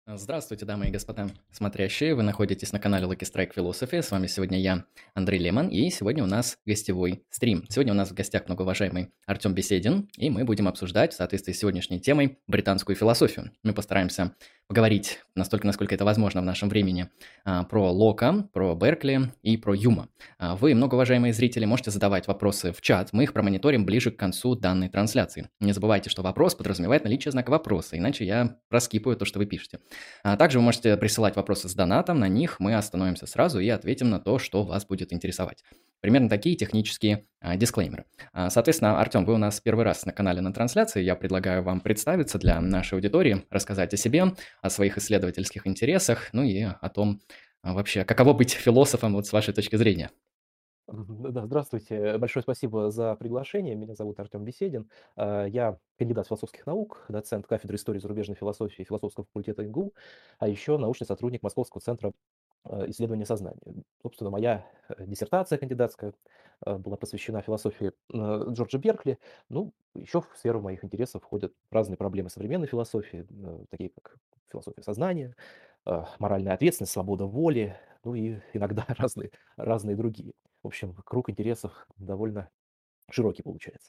Здравствуйте, дамы и господа смотрящие. Вы находитесь на канале Lucky Strike Philosophy. С вами сегодня я, Андрей Лемон, и сегодня у нас гостевой стрим. Сегодня у нас в гостях многоуважаемый Артем Беседин, и мы будем обсуждать, в соответствии с сегодняшней темой, британскую философию. Мы постараемся поговорить настолько, насколько это возможно в нашем времени, про Лока, про Беркли и про Юма. Вы, многоуважаемые зрители, можете задавать вопросы в чат, мы их промониторим ближе к концу данной трансляции. Не забывайте, что вопрос подразумевает наличие знака вопроса, иначе я проскипаю то, что вы пишете. Также вы можете присылать вопросы с донатом, на них мы остановимся сразу и ответим на то, что вас будет интересовать. Примерно такие технические дисклеймеры. Соответственно, Артем, вы у нас первый раз на канале на трансляции. Я предлагаю вам представиться для нашей аудитории, рассказать о себе, о своих исследовательских интересах, ну и о том, вообще, каково быть философом вот с вашей точки зрения. Да, здравствуйте. Большое спасибо за приглашение. Меня зовут Артем Беседин. Я кандидат философских наук, доцент кафедры истории зарубежной философии философского факультета МГУ, а еще научный сотрудник Московского центра исследования сознания. Собственно, моя диссертация кандидатская была посвящена философии Джорджа Беркли. Ну, еще в сферу моих интересов входят разные проблемы современной философии, такие как философия сознания, моральная ответственность, свобода воли, ну и иногда разные другие. В общем, круг интересов довольно широкий получается.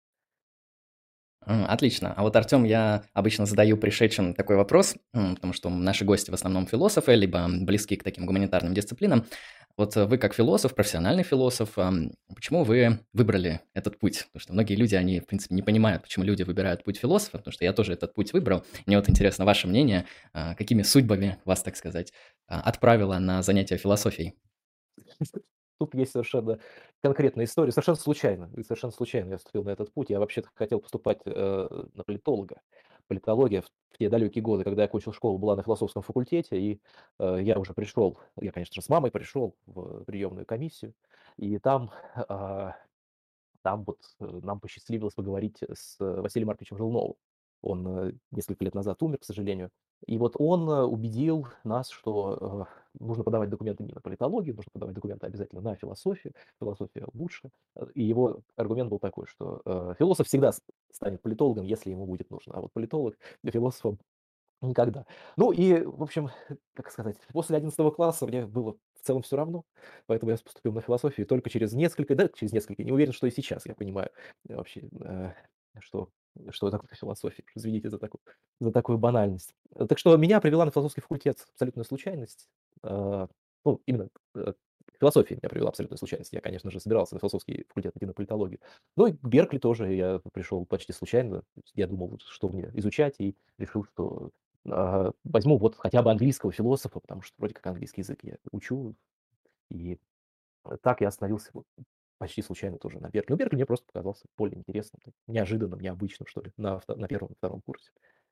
Отлично. А вот, Артем, я обычно задаю пришедшим такой вопрос, потому что наши гости в основном философы, либо близки к таким гуманитарным дисциплинам. Вот вы как философ, профессиональный философ, почему вы выбрали этот путь? Потому что многие люди, они, в принципе, не понимают, почему люди выбирают путь философа, потому что я тоже этот путь выбрал. Мне вот интересно ваше мнение, какими судьбами вас, так сказать, отправило на занятия философией? Тут есть совершенно конкретная история. Совершенно случайно я вступил на этот путь. Я вообще-то хотел поступать на политолога. Политология в те далекие годы, когда я кончил школу, была на философском факультете, и я уже пришел, я, конечно же, с мамой пришел в приемную комиссию, и там вот нам посчастливилось поговорить с Василием Марковичем Желновым. Он несколько лет назад умер, к сожалению. И вот он убедил нас, что нужно подавать документы не на политологию, нужно подавать документы обязательно на философию. Философия лучше. И его аргумент был такой, что философ всегда станет политологом, если ему будет нужно, а вот политолог философом никогда. Ну и, в общем, как сказать, после 11 класса мне было в целом все равно, поэтому я поступил на философию. И только через несколько, не уверен, что и сейчас я понимаю вообще, что что такое философия. Извините за такую банальность. Так что меня привела на философский факультет абсолютная случайность. А, ну, именно, философия меня привела абсолютная случайность. Я, конечно же, собирался на философский факультет идти на политологию. Ну и к Беркли тоже я пришел почти случайно. То есть я думал, что мне изучать, и решил, что возьму вот хотя бы английского философа, потому что вроде как английский язык я учу, и так я остановился вот почти случайно тоже на Беркли. Но Беркли мне просто показался более интересным, неожиданным, необычным, что ли, на первом и втором курсе.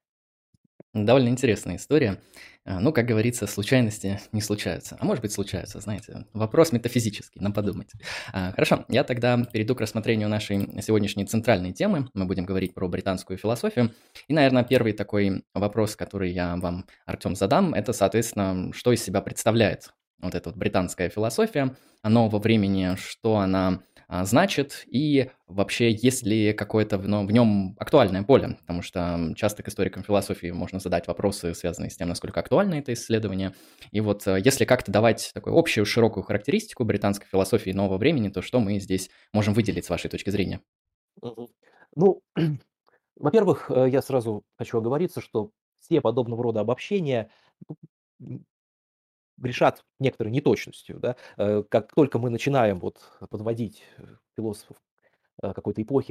Довольно интересная история. Ну, как говорится, случайности не случаются. А может быть, случаются, знаете. Вопрос метафизический, нам подумать. Хорошо, я тогда перейду к рассмотрению нашей сегодняшней центральной темы. Мы будем говорить про британскую философию. И, наверное, первый такой вопрос, который я вам, Артем, задам, это, соответственно, что из себя представляет вот эта вот британская философия нового времени, что она значит, и вообще есть ли какое-то в нем актуальное поле, потому что часто к историкам философии можно задать вопросы, связанные с тем, насколько актуально это исследование. И вот если как-то давать такую общую широкую характеристику британской философии нового времени, то что мы здесь можем выделить с вашей точки зрения? Мгм. Ну, во-первых, я сразу хочу оговориться, что все подобного рода обобщения, ну, грешат некоторой неточностью, да. Как только мы начинаем вот подводить философов какой-то эпохи,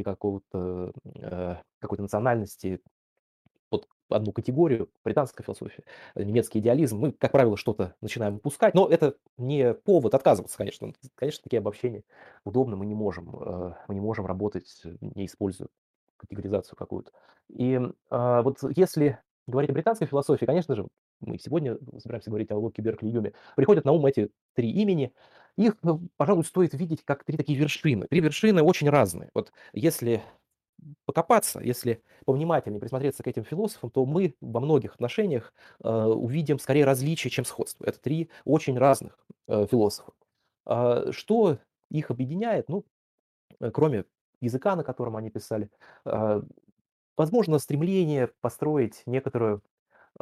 какой-то национальности под одну категорию, британская философия, немецкий идеализм, мы, как правило, что-то начинаем упускать, но это не повод отказываться, конечно. Конечно, такие обобщения удобны, мы не можем работать, не используя категоризацию какую-то. И вот если говорить о британской философии, конечно же, мы сегодня собираемся говорить о Локе, Беркли, Юме, приходят на ум эти три имени. Их, пожалуй, стоит видеть как три такие вершины. Три вершины очень разные. Вот если покопаться, если повнимательнее присмотреться к этим философам, то мы во многих отношениях увидим скорее различия, чем сходство. Это три очень разных философа. Что их объединяет? Ну, кроме языка, на котором они писали, а, возможно, стремление построить некоторую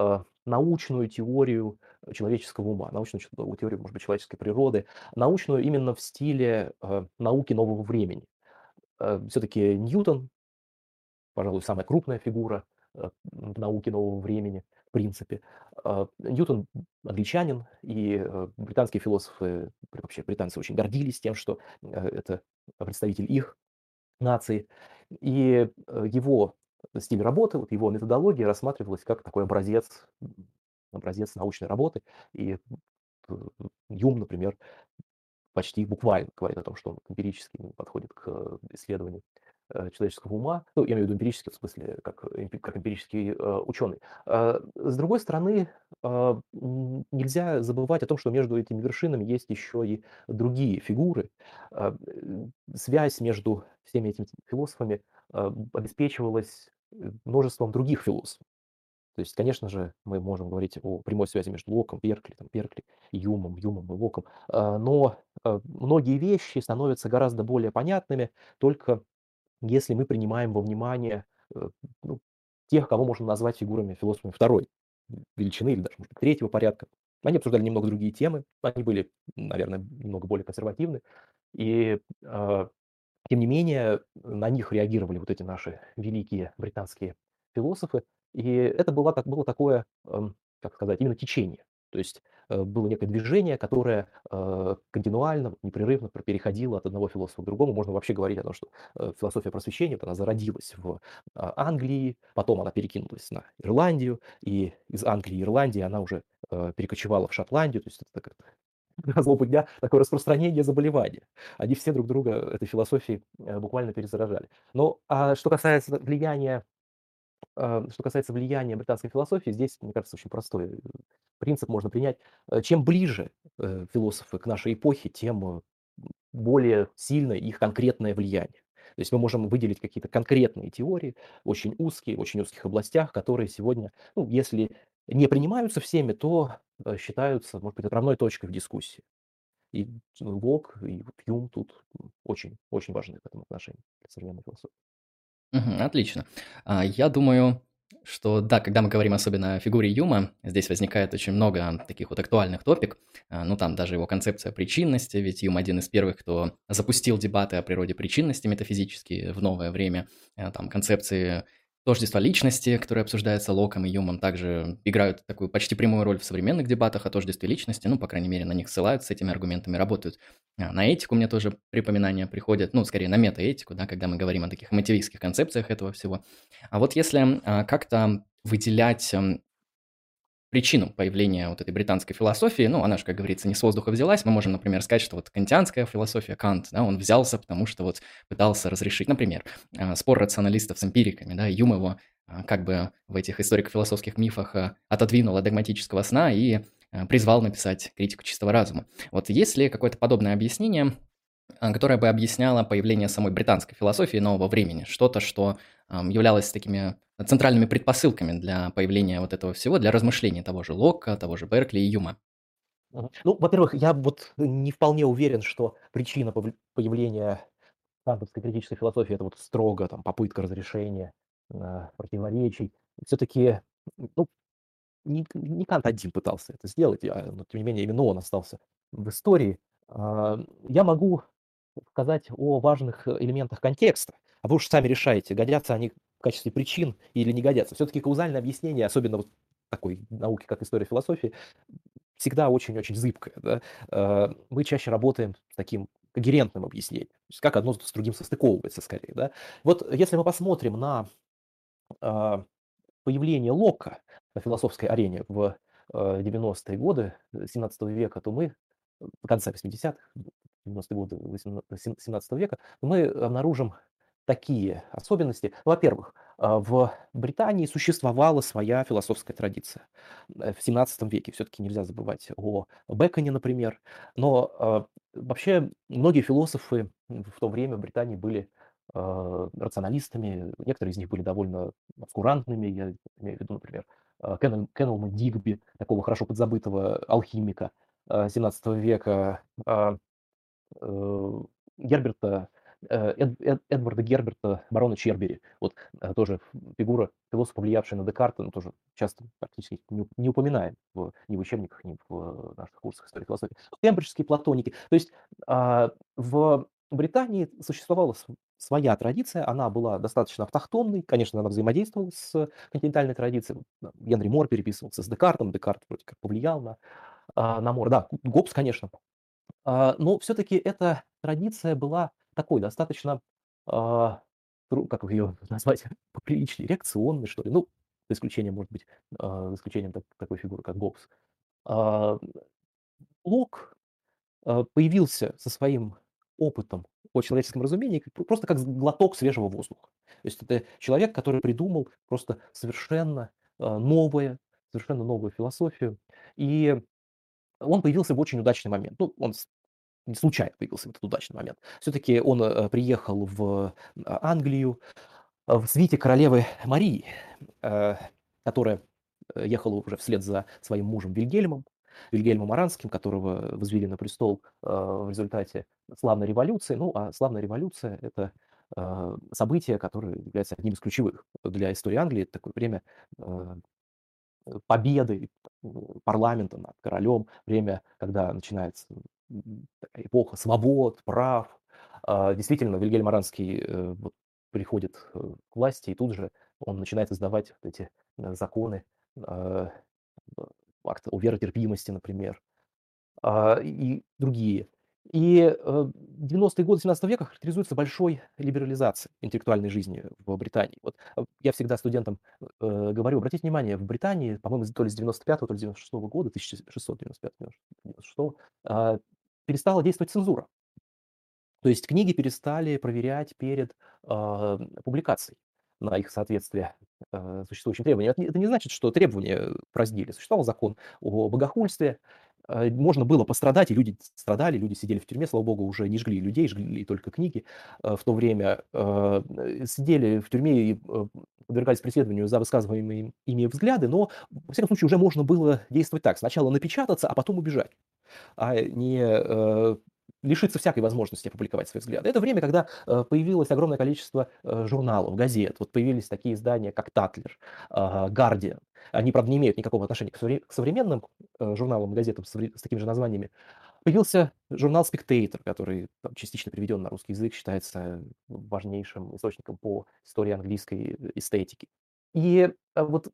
научную теорию человеческого ума, научную теорию, может быть, человеческой природы, научную именно в стиле науки нового времени. Все-таки Ньютон, пожалуй, самая крупная фигура в науке нового времени, в принципе. Ньютон англичанин, и британские философы, вообще британцы очень гордились тем, что это представитель их нации. И его стиль работы, вот его методология рассматривалась как такой образец научной работы. И э, Юм, например, почти буквально говорит о том, что он эмпирически подходит к исследованию человеческого ума. Ну, я имею в виду эмпирически, в смысле, как эмпирический ученый. С другой стороны, нельзя забывать о том, что между этими вершинами есть еще и другие фигуры. Связь между всеми этими философами обеспечивалась множеством других философов. То есть, конечно же, мы можем говорить о прямой связи между Локом, Беркли, Юмом и Локом, но многие вещи становятся гораздо более понятными только если мы принимаем во внимание э, ну, тех, кого можно назвать философами второй величины или даже, может быть, третьего порядка. Они обсуждали немного другие темы, они были, наверное, немного более консервативны, и тем не менее, на них реагировали вот эти наши великие британские философы. И это было такое, как сказать, именно течение. То есть было некое движение, которое континуально, вот непрерывно переходило от одного философа к другому. Можно вообще говорить о том, что философия просвещения, вот она зародилась в Англии, потом она перекинулась на Ирландию, и из Англии и Ирландии она уже перекочевала в Шотландию. То есть это на злобу дня такое распространение заболевания. Они все друг друга этой философией буквально перезаражали. Ну, а что касается влияния британской философии, здесь, мне кажется, очень простой принцип можно принять. Чем ближе философы к нашей эпохе, тем более сильно их конкретное влияние. То есть мы можем выделить какие-то конкретные теории, очень узких областях, которые сегодня, ну, если не принимаются всеми, то считаются, может быть, отправной точкой в дискуссии. И Лок, и вот Юм тут очень, очень важны в этом отношении для современной философии. Мгм, отлично. Я думаю, что да, когда мы говорим особенно о фигуре Юма, здесь возникает очень много таких вот актуальных топик. Ну, там даже его концепция причинности, ведь Юм один из первых, кто запустил дебаты о природе причинности метафизические в новое время. Там концепции тождества личности, которые обсуждаются Локом и Юмом, также играют такую почти прямую роль в современных дебатах о тождестве личности. Ну, по крайней мере, на них ссылаются, с этими аргументами работают. На этику мне тоже припоминания приходят, ну, скорее на метаэтику, да, когда мы говорим о таких мотивистских концепциях этого всего. А вот если как-то выделять причину появления вот этой британской философии, ну, она же, как говорится, не с воздуха взялась, мы можем, например, сказать, что вот кантианская философия, Кант, да, он взялся, потому что вот пытался разрешить, например, спор рационалистов с эмпириками, да, Юм его как бы в этих историко-философских мифах отодвинул от догматического сна и призвал написать критику чистого разума. Вот есть ли какое-то подобное объяснение, которое бы объясняло появление самой британской философии нового времени? Что-то, что являлось такими центральными предпосылками для появления вот этого всего, для размышлений того же Локка, того же Беркли и Юма. Мгм. Ну, во-первых, я вот не вполне уверен, что причина появления кантовской критической философии — это вот строго там попытка разрешения противоречий. Все-таки, ну, не Кант один пытался это сделать, но тем не менее именно он остался в истории. Я могу сказать о важных элементах контекста, а вы уж сами решаете, годятся они в качестве причин или не годятся. Все-таки каузальное объяснение, особенно вот такой науки, как история философии, всегда очень-очень зыбкое. Да? Мы чаще работаем с таким когерентным объяснением, то есть как одно с другим состыковывается скорее. Да? Вот если мы посмотрим на а, появление Локка на философской арене в 90-е годы 17 века, то мы, конца 80-х, 90-е годы 17 века, то мы обнаружим такие особенности. Ну, во-первых, в Британии существовала своя философская традиция. В 17 веке все-таки нельзя забывать о Беконе, например. Но вообще многие философы в то время в Британии были рационалистами, некоторые из них были довольно обскурантными, я имею в виду, например, Кеннелма Дигби, такого хорошо подзабытого алхимика 17 века, э, Герберта Эдварда Герберта, барона Чербери. Вот, тоже фигура, философ, повлиявший на Декарта, но тоже часто практически не упоминаем ни в учебниках, ни в наших курсах истории философии. Кембриджские платоники. То есть, в Британии существовала своя традиция, она была достаточно автохтонной, конечно, она взаимодействовала с континентальной традицией. Вот, да, Генри Мор переписывался с Декартом, Декарт вроде как повлиял на Мора. Да, Гоббс, конечно. Но все-таки эта традиция была такой достаточно, как ее назвать, поприличнее, реакционной, что ли. Ну, за исключением, может быть, за исключением такой фигуры, как Гоббс. А, Лок появился со своим опытом о человеческом разумении просто как глоток свежего воздуха. То есть это человек, который придумал просто совершенно новую философию. И он появился в очень удачный момент. Ну, он не случайно появился в этот удачный момент. Все-таки он приехал в Англию в свите королевы Марии, э, которая ехала уже вслед за своим мужем Вильгельмом Оранским, которого возвели на престол в результате славной революции. Ну, а славная революция — это событие, которое является одним из ключевых для истории Англии. Это такое время э, победы парламента над королем, время, когда начинается такая эпоха свобод, прав. Действительно, Вильгельм Аранский вот приходит к власти, и тут же он начинает издавать вот эти законы, э, акт о веротерпимости, например, и другие. И 90-е годы 17 века характеризуются большой либерализацией интеллектуальной жизни в Британии. Вот я всегда студентам говорю, обратите внимание, в Британии, по-моему, то ли с 95-го, то ли с 96-го года, 1695-96-го, перестала действовать цензура. То есть книги перестали проверять перед публикацией на их соответствие существующим требованиям. Это не значит, что требования празднили. Существовал закон о богохульстве, можно было пострадать, и люди страдали, люди сидели в тюрьме, слава богу, уже не жгли людей, жгли только книги. В то время сидели в тюрьме и подвергались преследованию за высказываемые ими взгляды, но, во всяком случае, уже можно было действовать так. Сначала напечататься, а потом убежать, а не лишиться всякой возможности опубликовать свои взгляды. Это время, когда появилось огромное количество журналов, газет. Вот появились такие издания, как «Татлер», «Гардиан». Они, правда, не имеют никакого отношения к современным журналам и газетам с такими же названиями. Появился журнал «Спектейтор», который там частично переведен на русский язык, считается важнейшим источником по истории английской эстетики. И вот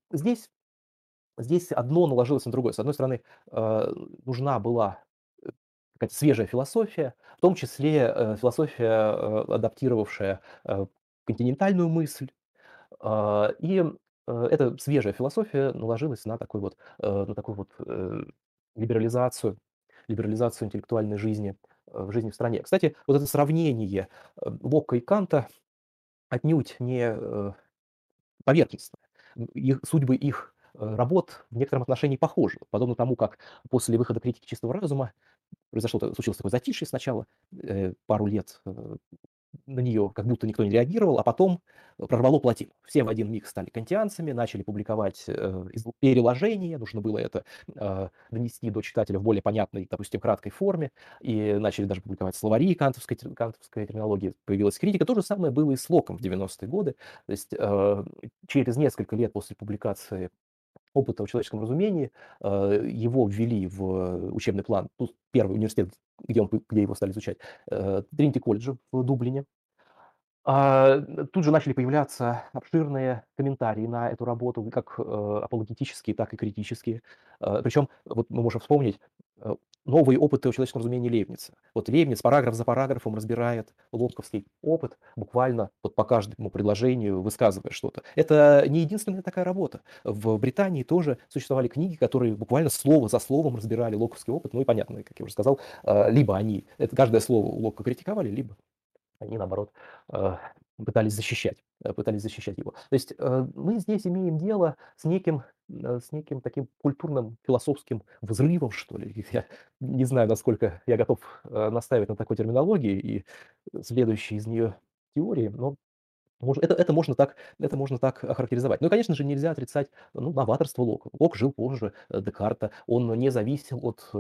здесь одно наложилось на другое. С одной стороны, нужна была какая-то свежая философия, в том числе философия, адаптировавшая континентальную мысль. И эта свежая философия наложилась на такую вот либерализацию интеллектуальной жизни в жизни в стране. Кстати, вот это сравнение Локка и Канта отнюдь не поверхностное. Судьбы их работ в некотором отношении похожи. Подобно тому, как после выхода «Критики чистого разума» случилось такое затишье сначала, пару лет на нее как будто никто не реагировал, а потом прорвало плотину. Все в один миг стали кантианцами, начали публиковать переложения, нужно было это донести до читателя в более понятной, допустим, краткой форме, и начали даже публиковать словари кантовской терминологии, появилась критика. То же самое было и с Локом в 90-е годы, то есть через несколько лет после публикации опыта о человеческом разумении, его ввели в учебный план, ну, первый университет, где его стали изучать, Тринити колледжа в Дублине. Тут же начали появляться обширные комментарии на эту работу, как апологетические, так и критические. Причем вот мы можем вспомнить новые опыты о человеческом разумении Лейбница. Вот Лейбниц параграф за параграфом разбирает локковский опыт, буквально вот по каждому предложению высказывая что-то. Это не единственная такая работа. В Британии тоже существовали книги, которые буквально слово за словом разбирали локковский опыт. Ну и понятно, как я уже сказал, либо они каждое слово Локка критиковали, либо они, наоборот, э, пытались защищать его. То есть мы здесь имеем дело с неким таким культурным философским взрывом, что ли. Я не знаю, насколько я готов настаивать на такой терминологии и следующей из нее теории, но это можно так охарактеризовать. Ну и, конечно же, нельзя отрицать, ну, новаторство Лока. Лок жил позже Декарта, он не зависел от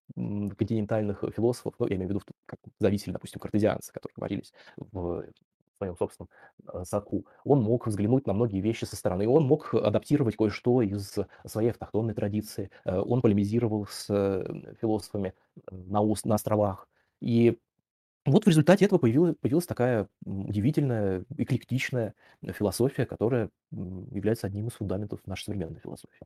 континентальных философов, ну, я имею в виду, как зависели, допустим, картезианцы, которые говорились в своем собственном соку. Он мог взглянуть на многие вещи со стороны, он мог адаптировать кое-что из своей автохтонной традиции, он полемизировал с философами на островах. И вот в результате этого появилась такая удивительная, эклектичная философия, которая является одним из фундаментов нашей современной философии.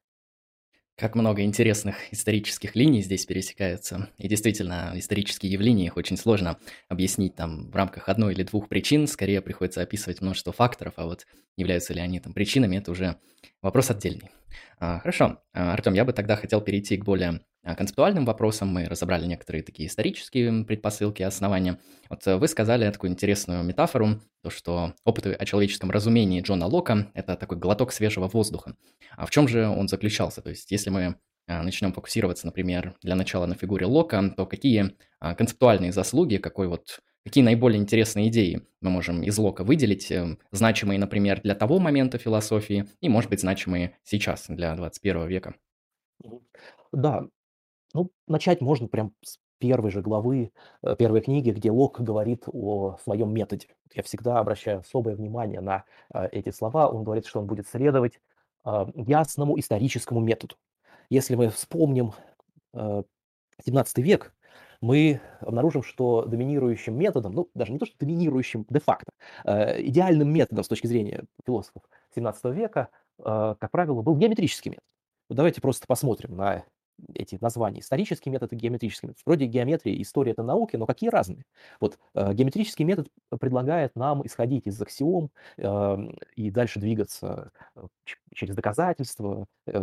Как много интересных исторических линий здесь пересекаются. И действительно, исторические явления, их очень сложно объяснить там в рамках одной или двух причин. Скорее приходится описывать множество факторов, а вот являются ли они там причинами, это уже вопрос отдельный. Хорошо, Артем, я бы тогда хотел перейти к более концептуальным вопросам. Мы разобрали некоторые такие исторические предпосылки, основания. Вот вы сказали такую интересную метафору, то, что опыты о человеческом разумении Джона Лока – это такой глоток свежего воздуха. А в чем же он заключался? То есть, если мы начнем фокусироваться, например, для начала на фигуре Лока, то какие концептуальные заслуги, какие наиболее интересные идеи мы можем из Лока выделить, значимые, например, для того момента философии и, может быть, значимые сейчас, для 21 века? Мгм. Да, ну, начать можно прям с первой же главы, первой книги, где Лок говорит о своем методе. Я всегда обращаю особое внимание на эти слова. Он говорит, что он будет следовать ясному историческому методу. Если мы вспомним э, 17 век, мы обнаружим, что доминирующим методом, ну, даже не то, что доминирующим де-факто, идеальным методом с точки зрения философов 17 века, как правило, был геометрический метод. Вот давайте просто посмотрим на эти названия. Исторический метод и геометрический метод. Вроде геометрия и история — это науки, но какие разные. Вот геометрический метод предлагает нам исходить из аксиом и дальше двигаться через доказательства,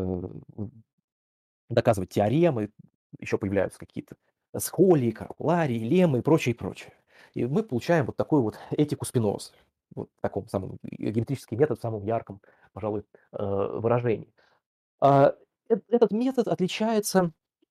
доказывать теоремы, еще появляются какие-то схолии, корпуларии, леммы и прочее, и прочее. И мы получаем вот такую вот этику Спинозы. Вот в таком самом геометрический метод в самом ярком, пожалуй, выражении. А, этот метод отличается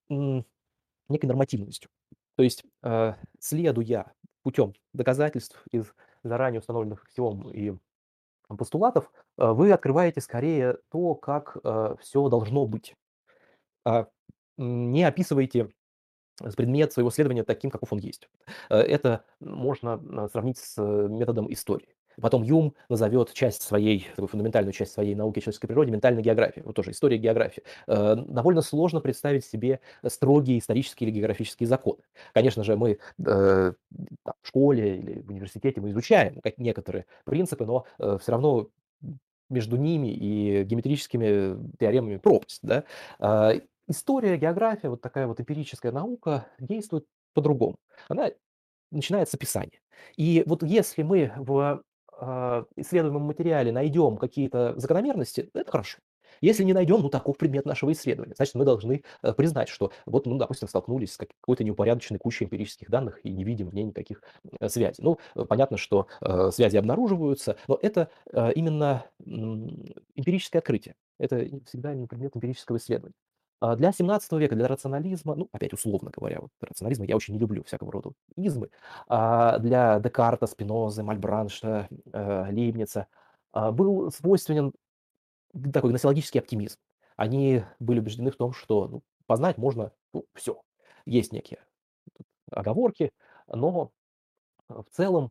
некой нормативностью. То есть, следуя путем доказательств из заранее установленных аксиом и постулатов, вы открываете скорее то, как все должно быть. А, не описывайте предмет своего исследования таким, каков он есть. Это можно сравнить с методом истории. Потом Юм назовет часть своей, такую фундаментальную часть своей науки о человеческой природе ментальной географией. Вот тоже история географии. Довольно сложно представить себе строгие исторические или географические законы. Конечно же, мы там, в школе или в университете мы изучаем некоторые принципы, но все равно между ними и геометрическими теоремами пропасть. Да? История, география, вот такая вот эмпирическая наука действует по-другому. Она начинает с описания. И вот если мы в исследуемом материале найдем какие-то закономерности, это хорошо. Если не найдем, ну, таков предмет нашего исследования. Значит, мы должны признать, что вот, ну, допустим, столкнулись с какой-то неупорядоченной кучей эмпирических данных и не видим в ней никаких связей. Ну, понятно, что связи обнаруживаются, но это именно эмпирическое открытие. Это всегда именно предмет эмпирического исследования. Для 17 века, для рационализма, ну, опять условно говоря, вот рационализма я очень не люблю всякого рода измы, для Декарта, Спинозы, Мальбранша, Лейбница был свойственен такой гносеологический оптимизм. Они были убеждены в том, что ну, познать можно ну, все. Есть некие оговорки, но в целом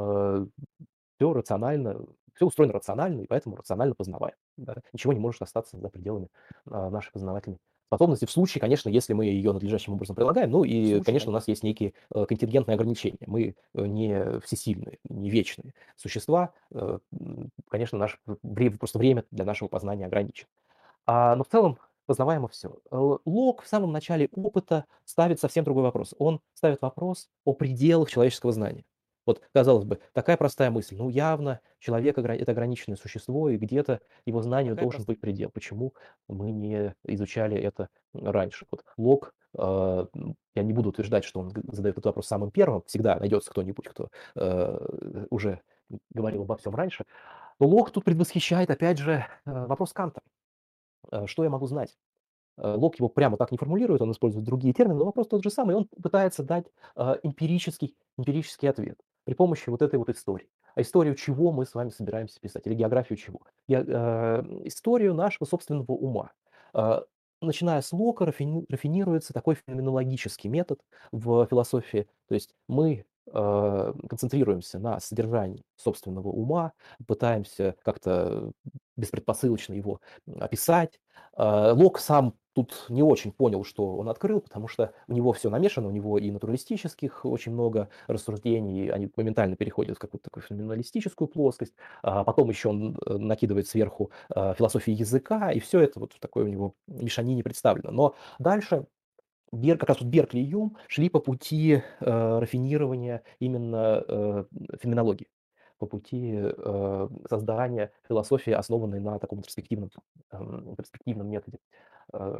все рационально, все устроено рационально, и поэтому рационально познаваем. Да. Ничего не может остаться за пределами нашей познавательной способности. В случае, конечно, если мы ее надлежащим образом прилагаем, ну и, конечно, у нас есть некие контингентные ограничения. Мы не всесильные, не вечные существа. Конечно, просто время для нашего познания ограничено. Но в целом познаваемо все. Лок в самом начале опыта ставит совсем другой вопрос. Он ставит вопрос о пределах человеческого знания. Вот, казалось бы, такая простая мысль. Ну, явно человек это ограниченное существо, и где-то его знанию Какая должен просто... быть предел. Почему мы не изучали это раньше? Вот Лок, я не буду утверждать, что он задает этот вопрос самым первым. Всегда найдется кто-нибудь, кто уже говорил обо всем раньше. Но Лок тут предвосхищает, опять же, вопрос Канта. Что я могу знать? Лок его прямо так не формулирует, он использует другие термины, но вопрос тот же самый. Он пытается дать эмпирический ответ при помощи вот этой вот истории. А историю чего мы с вами собираемся писать? Или географию чего? Историю нашего собственного ума. начиная с Лока, рафинируется такой феноменологический метод в философии. То есть мы концентрируемся на содержании собственного ума, пытаемся как-то беспредпосылочно его описать. Лок сам тут не очень понял, что он открыл, потому что у него все намешано, у него и натуралистических очень много рассуждений, они моментально переходят в какую-то такую феноменалистическую плоскость. Потом еще он накидывает сверху философии языка, и все это вот в такой у него мешанине представлено. Но дальше как раз вот Беркли и Юм шли по пути рафинирования именно феноменологии, по пути создания философии, основанной на таком перспективном методе, э,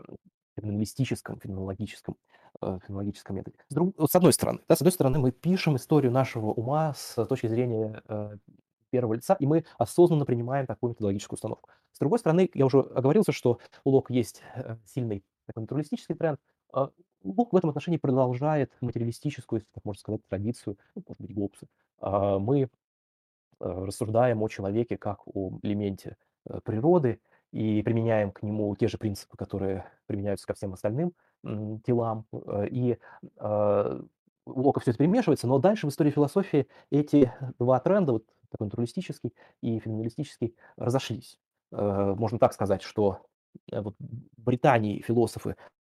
феноменологическом методе. Вот с одной стороны, да, с одной стороны, мы пишем историю нашего ума с точки зрения первого лица, и мы осознанно принимаем такую методологическую установку. С другой стороны, я уже оговорился, что у Лока есть сильный такой натуралистический тренд. А, Лок в этом отношении продолжает материалистическую, если так можно сказать, традицию, ну, может быть, Гоббса. Мы рассуждаем о человеке как о элементе природы и применяем к нему те же принципы, которые применяются ко всем остальным телам. И у Лока все это перемешивается, но дальше в истории философии эти два тренда, вот такой натуралистический и феноменалистический, разошлись. Можно так сказать, что вот в Британии философы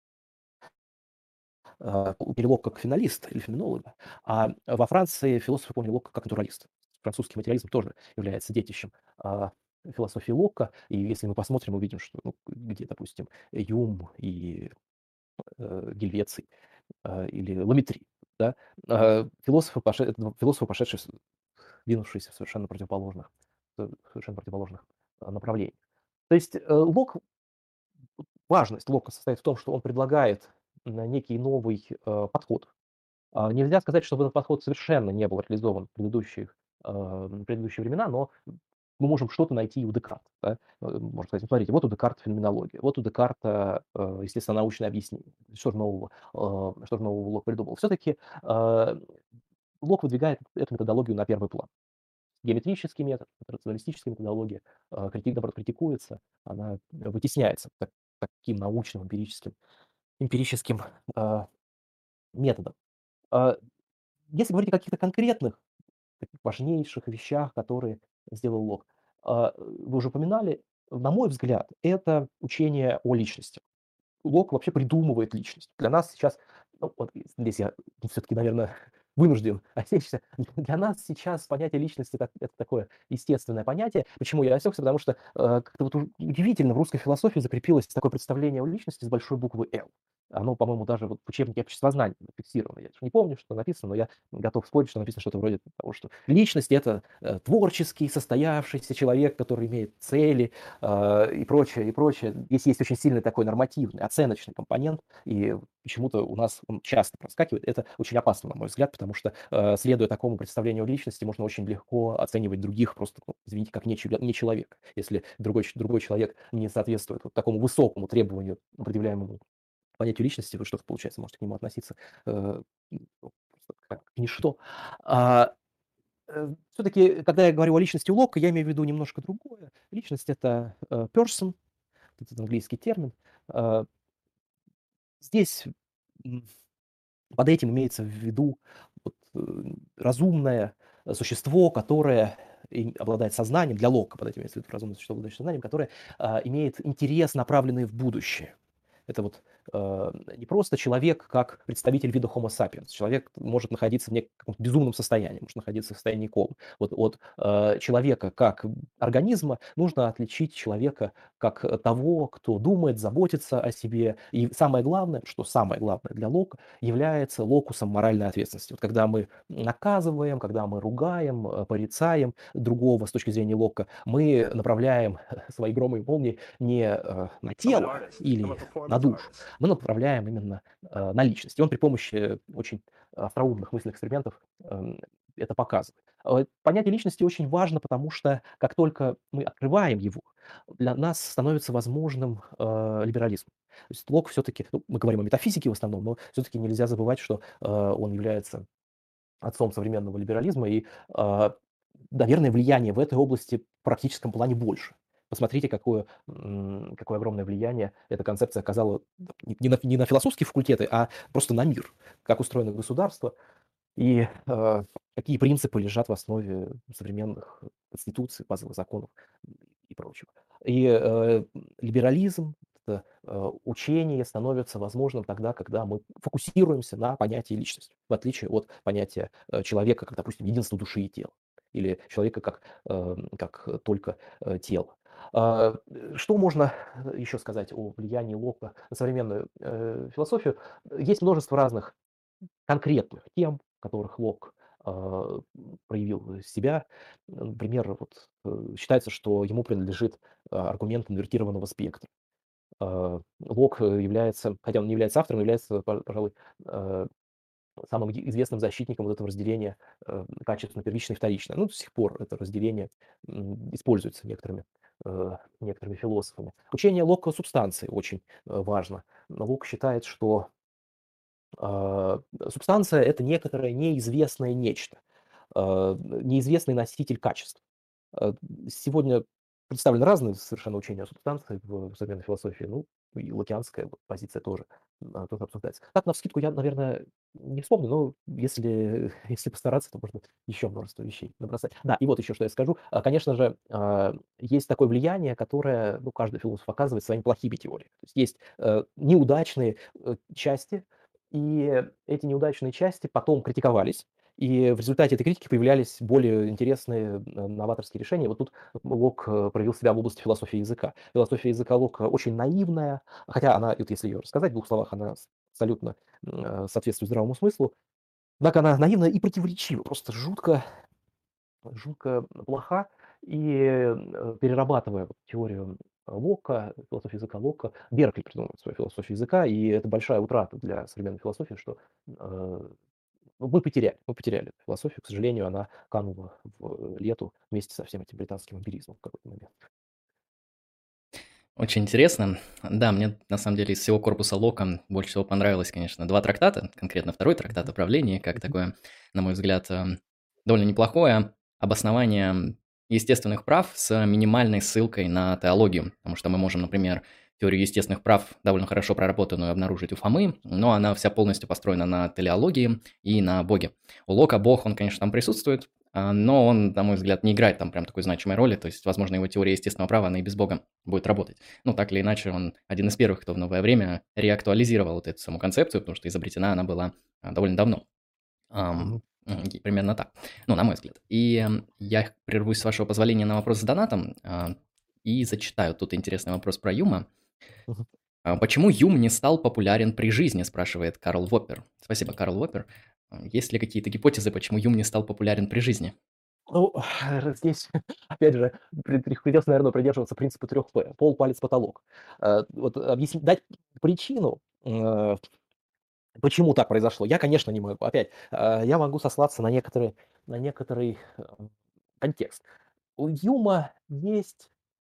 поняли Локка как финалиста или феноменолога, а во Франции философы поняли Локка как натуралиста. Французский материализм тоже является детищем философии Локка, и если мы посмотрим, увидим, что ну, где, допустим, Юм и Гельвеций или Ламетри, да, философы, пошедшие, двинувшиеся в совершенно противоположных направлениях. То есть важность Лока состоит в том, что он предлагает некий новый подход. Нельзя сказать, чтобы этот подход совершенно не был реализован в предыдущие времена, но мы можем что-то найти и у Декарта. Да? Можно сказать, ну, смотрите, вот у Декарта феноменология, вот у Декарта естественно-научное объяснение. Что же нового Лок придумал? Все-таки Лок выдвигает эту методологию на первый план. Геометрический метод, рационалистическая методология, наоборот, критикуется, она вытесняется таким научным, эмпирическим методом. А, Если говорить о каких-то конкретных, таких важнейших вещах, которые сделал Лок, вы уже упоминали, на мой взгляд, это учение о личности. Лок вообще придумывает личность. Для нас сейчас, ну, вот здесь я все-таки, наверное, вынужден осечься. Для нас сейчас понятие личности это такое естественное понятие. Почему я осекся? Потому что как-то вот удивительно в русской философии закрепилось такое представление о личности с большой буквы «Л». Оно, по-моему, даже вот в учебнике обществознания зафиксировано. Я не помню, что написано, но я готов спорить, что написано что-то вроде того, что личность — это творческий, состоявшийся человек, который имеет цели, и прочее, и прочее. Здесь есть очень сильный такой нормативный, оценочный компонент, и почему-то у нас он часто проскакивает. Это очень опасно, на мой взгляд, потому что, следуя такому представлению о личности, можно очень легко оценивать других просто, ну, извините, как не человек. Если другой человек не соответствует вот такому высокому требованию, предъявляемому понятию личности, вы что, получается, можете к нему относиться ну, просто как к ничто. А, Все-таки, когда я говорю о личности Лока, я имею в виду немножко другое. Личность — это person, этот английский термин. Э, Здесь под этим имеется в виду вот, разумное существо, которое обладает сознанием, для Лока под этим имеется в виду разумное существо, обладающее сознанием, которое имеет интерес, направленный в будущее. Это вот не просто человек, как представитель вида Homo sapiens. Человек может находиться в неком безумном состоянии, может находиться в состоянии комы. Вот от человека как организма нужно отличить человека как того, кто думает, заботится о себе. И самое главное, что самое главное для Лока, является локусом моральной ответственности. Вот когда мы наказываем, когда мы ругаем, порицаем другого с точки зрения Лока, мы направляем свои громы и молнии не на тело или на душу, мы направляем именно на личность. И он при помощи очень остроумных мысленных экспериментов это показывает. Понятие личности очень важно, потому что как только мы открываем его, для нас становится возможным либерализм. То есть Лок все-таки, ну, мы говорим о метафизике в основном, но все-таки нельзя забывать, что он является отцом современного либерализма, и, наверное, влияние в этой области в практическом плане больше, посмотрите, какое огромное влияние эта концепция оказала не на философские факультеты, а просто на мир, как устроено государство и какие принципы лежат в основе современных конституций, базовых законов и прочего. И либерализм, это учение становится возможным тогда, когда мы фокусируемся на понятии личности, в отличие от понятия человека, как, допустим, единство души и тела, или человека как только тело. Что можно еще сказать о влиянии Лока на современную философию? Есть множество разных конкретных тем, в которых Лок проявил себя. Например, вот, считается, что ему принадлежит аргумент инвертированного спектра. Лок является, хотя он не является автором, является, пожалуй, э, самым известным защитником вот этого разделения качественно первичное и вторичное. Ну, до сих пор это разделение используется некоторыми философами. Учение Лока субстанции очень важно. Лок считает, что субстанция — это некоторое неизвестное нечто, неизвестный носитель качеств. Э, Сегодня представлены разные совершенно учения о субстанции в современной философии. Ну, и локианская позиция тоже обсуждается. Так, навскидку я, наверное, не вспомню, но если, если постараться, то можно еще множество вещей набросать. Да, и вот еще что я скажу. Конечно же, есть такое влияние, которое, ну, каждый философ оказывает своими плохими теориями. То есть есть неудачные части, и эти неудачные части потом критиковались, и в результате этой критики появлялись более интересные новаторские решения. Вот тут Лок проявил себя в области философии языка. Философия языка Лока очень наивная, хотя она, вот если ее рассказать в двух словах, она абсолютно соответствует здравому смыслу. Однако она наивная и противоречива, просто жутко плоха. И перерабатывая вот теорию Лока, философию языка Лока, Беркли придумал свою философию языка, и это большая утрата для современной философии, что ну, мы потеряли эту философию. К сожалению, она канула в лету вместе со всем этим британским эмпиризмом в какой-то момент. Очень интересно. Да, мне на самом деле из всего корпуса Лока больше всего понравилось, конечно, два трактата, конкретно второй трактат Мгм. о правлении, как Мгм. такое, на мой взгляд, довольно неплохое обоснование естественных прав с минимальной ссылкой на теологию. Потому что мы можем, например, теорию естественных прав довольно хорошо проработанную обнаружить у Фомы, но она вся полностью построена на телеологии и на Боге. У Лока Бог, он, конечно, там присутствует, но он, на мой взгляд, не играет там прям такой значимой роли, то есть, возможно, его теория естественного права, она и без Бога будет работать. Ну, так или иначе, он один из первых, кто в новое время реактуализировал вот эту саму концепцию, потому что изобретена она была довольно давно. Мгм. Примерно так. Ну, на мой взгляд. И я прервусь, с вашего позволения, на вопрос с донатом и зачитаю. Тут интересный вопрос про Юма. Мгм. Почему Юм не стал популярен при жизни, спрашивает Карл Воппер. Спасибо, Карл Воппер. Есть ли какие-то гипотезы, почему Юм не стал популярен при жизни? Ну, здесь, опять же, придется, наверное, придерживаться принципа 3 П: пол, палец, потолок. Вот объяснить, дать причину, почему так произошло, я, конечно, не могу. Опять, я могу сослаться на некоторый контекст. У Юма есть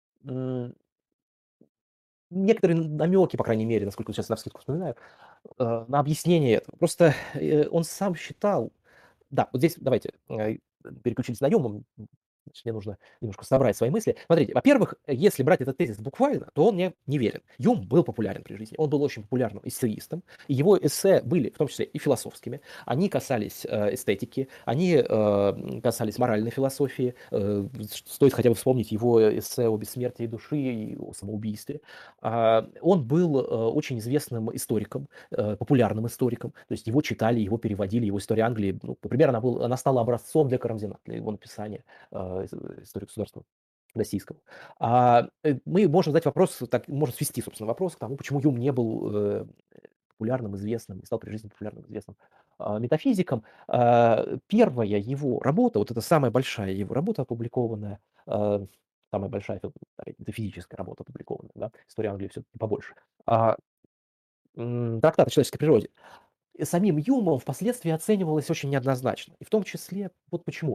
некоторые намеки, по крайней мере, насколько сейчас навскидку вспоминаю, на объяснение этого. Просто он сам считал. Да, вот здесь давайте переключились на Юму. Значит, мне нужно немножко собрать свои мысли. Смотрите, во-первых, если брать этот тезис буквально, то он мне не верен. Юм был популярен при жизни, он был очень популярным эссеистом, и его эссе были в том числе и философскими. Они касались эстетики, они касались моральной философии. Стоит хотя бы вспомнить его эссе о бессмертии души и о самоубийстве. Он был очень известным историком, популярным историком, то есть его читали, его переводили, его «История Англии», ну, например, она стала образцом для Карамзина, для его написания, истории государства российского. Мы можем задать вопрос, так, можно свести, собственно, вопрос к тому, почему Юм не был популярным, известным, не стал при жизни популярным, известным метафизиком. Первая его работа, вот это самая большая его работа, опубликованная, а, самая большая такая метафизическая работа, опубликованная, да, «История Англии» все-таки побольше, а, трактат о человеческой природе, самим Юмом впоследствии оценивалась очень неоднозначно. И в том числе, вот почему.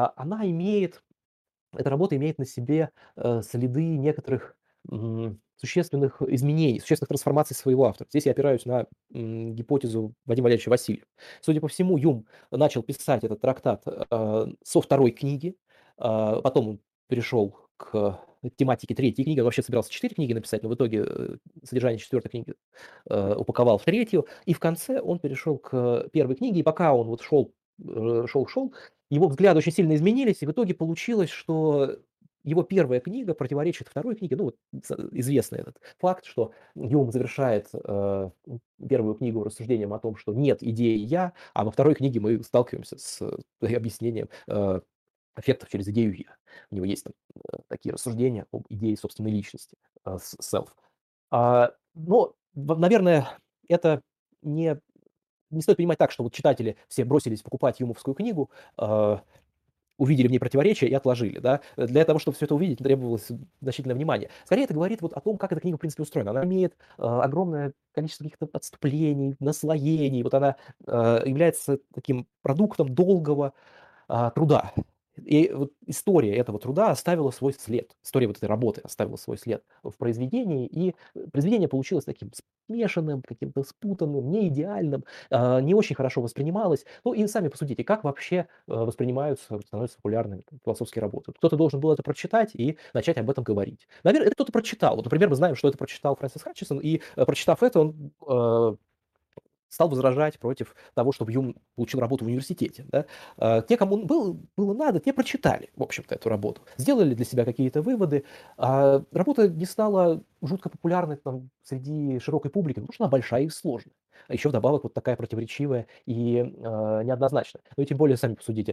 Эта работа имеет на себе следы некоторых существенных изменений, существенных трансформаций своего автора. Здесь я опираюсь на гипотезу Вадима Валерьевича Васильева. Судя по всему, Юм начал писать этот трактат со второй книги, потом он перешел к тематике третьей книги. Он вообще собирался 4 книги написать, но в итоге содержание четвертой книги упаковал в третью. И в конце он перешел к первой книге, и пока он вот шел, его взгляды очень сильно изменились, и в итоге получилось, что его первая книга противоречит второй книге. Ну, вот известный этот факт, что Юм завершает первую книгу рассуждением о том, что нет идеи «я», а во второй книге мы сталкиваемся с объяснением эффектов через идею «я». У него есть там такие рассуждения об идее собственной личности, self. Но, наверное, это не стоит понимать так, что вот читатели все бросились покупать юмовскую книгу, увидели в ней противоречия и отложили, да. Для того, чтобы все это увидеть, требовалось значительное внимание. Скорее, это говорит вот о том, как эта книга, в принципе, устроена. Она имеет огромное количество каких-то отступлений, наслоений. Вот она является таким продуктом долгого труда. И вот история этого труда оставила свой след. История вот этой работы оставила свой след в произведении, и произведение получилось таким смешанным, каким-то спутанным, не идеальным, не очень хорошо воспринималось. Ну и сами посудите, как вообще воспринимаются, становятся популярными философские работы. Кто-то должен был это прочитать и начать об этом говорить. Наверное, это кто-то прочитал. Вот, например, мы знаем, что это прочитал Фрэнсис Хатчесон, и прочитав это, он стал возражать против того, чтобы Юм получил работу в университете. Да? Те, кому было надо, те прочитали, в общем-то, эту работу, сделали для себя какие-то выводы. Работа не стала жутко популярной там, среди широкой публики, потому что она большая и сложная. А еще вдобавок вот такая противоречивая и неоднозначная. Ну и тем более, сами посудите,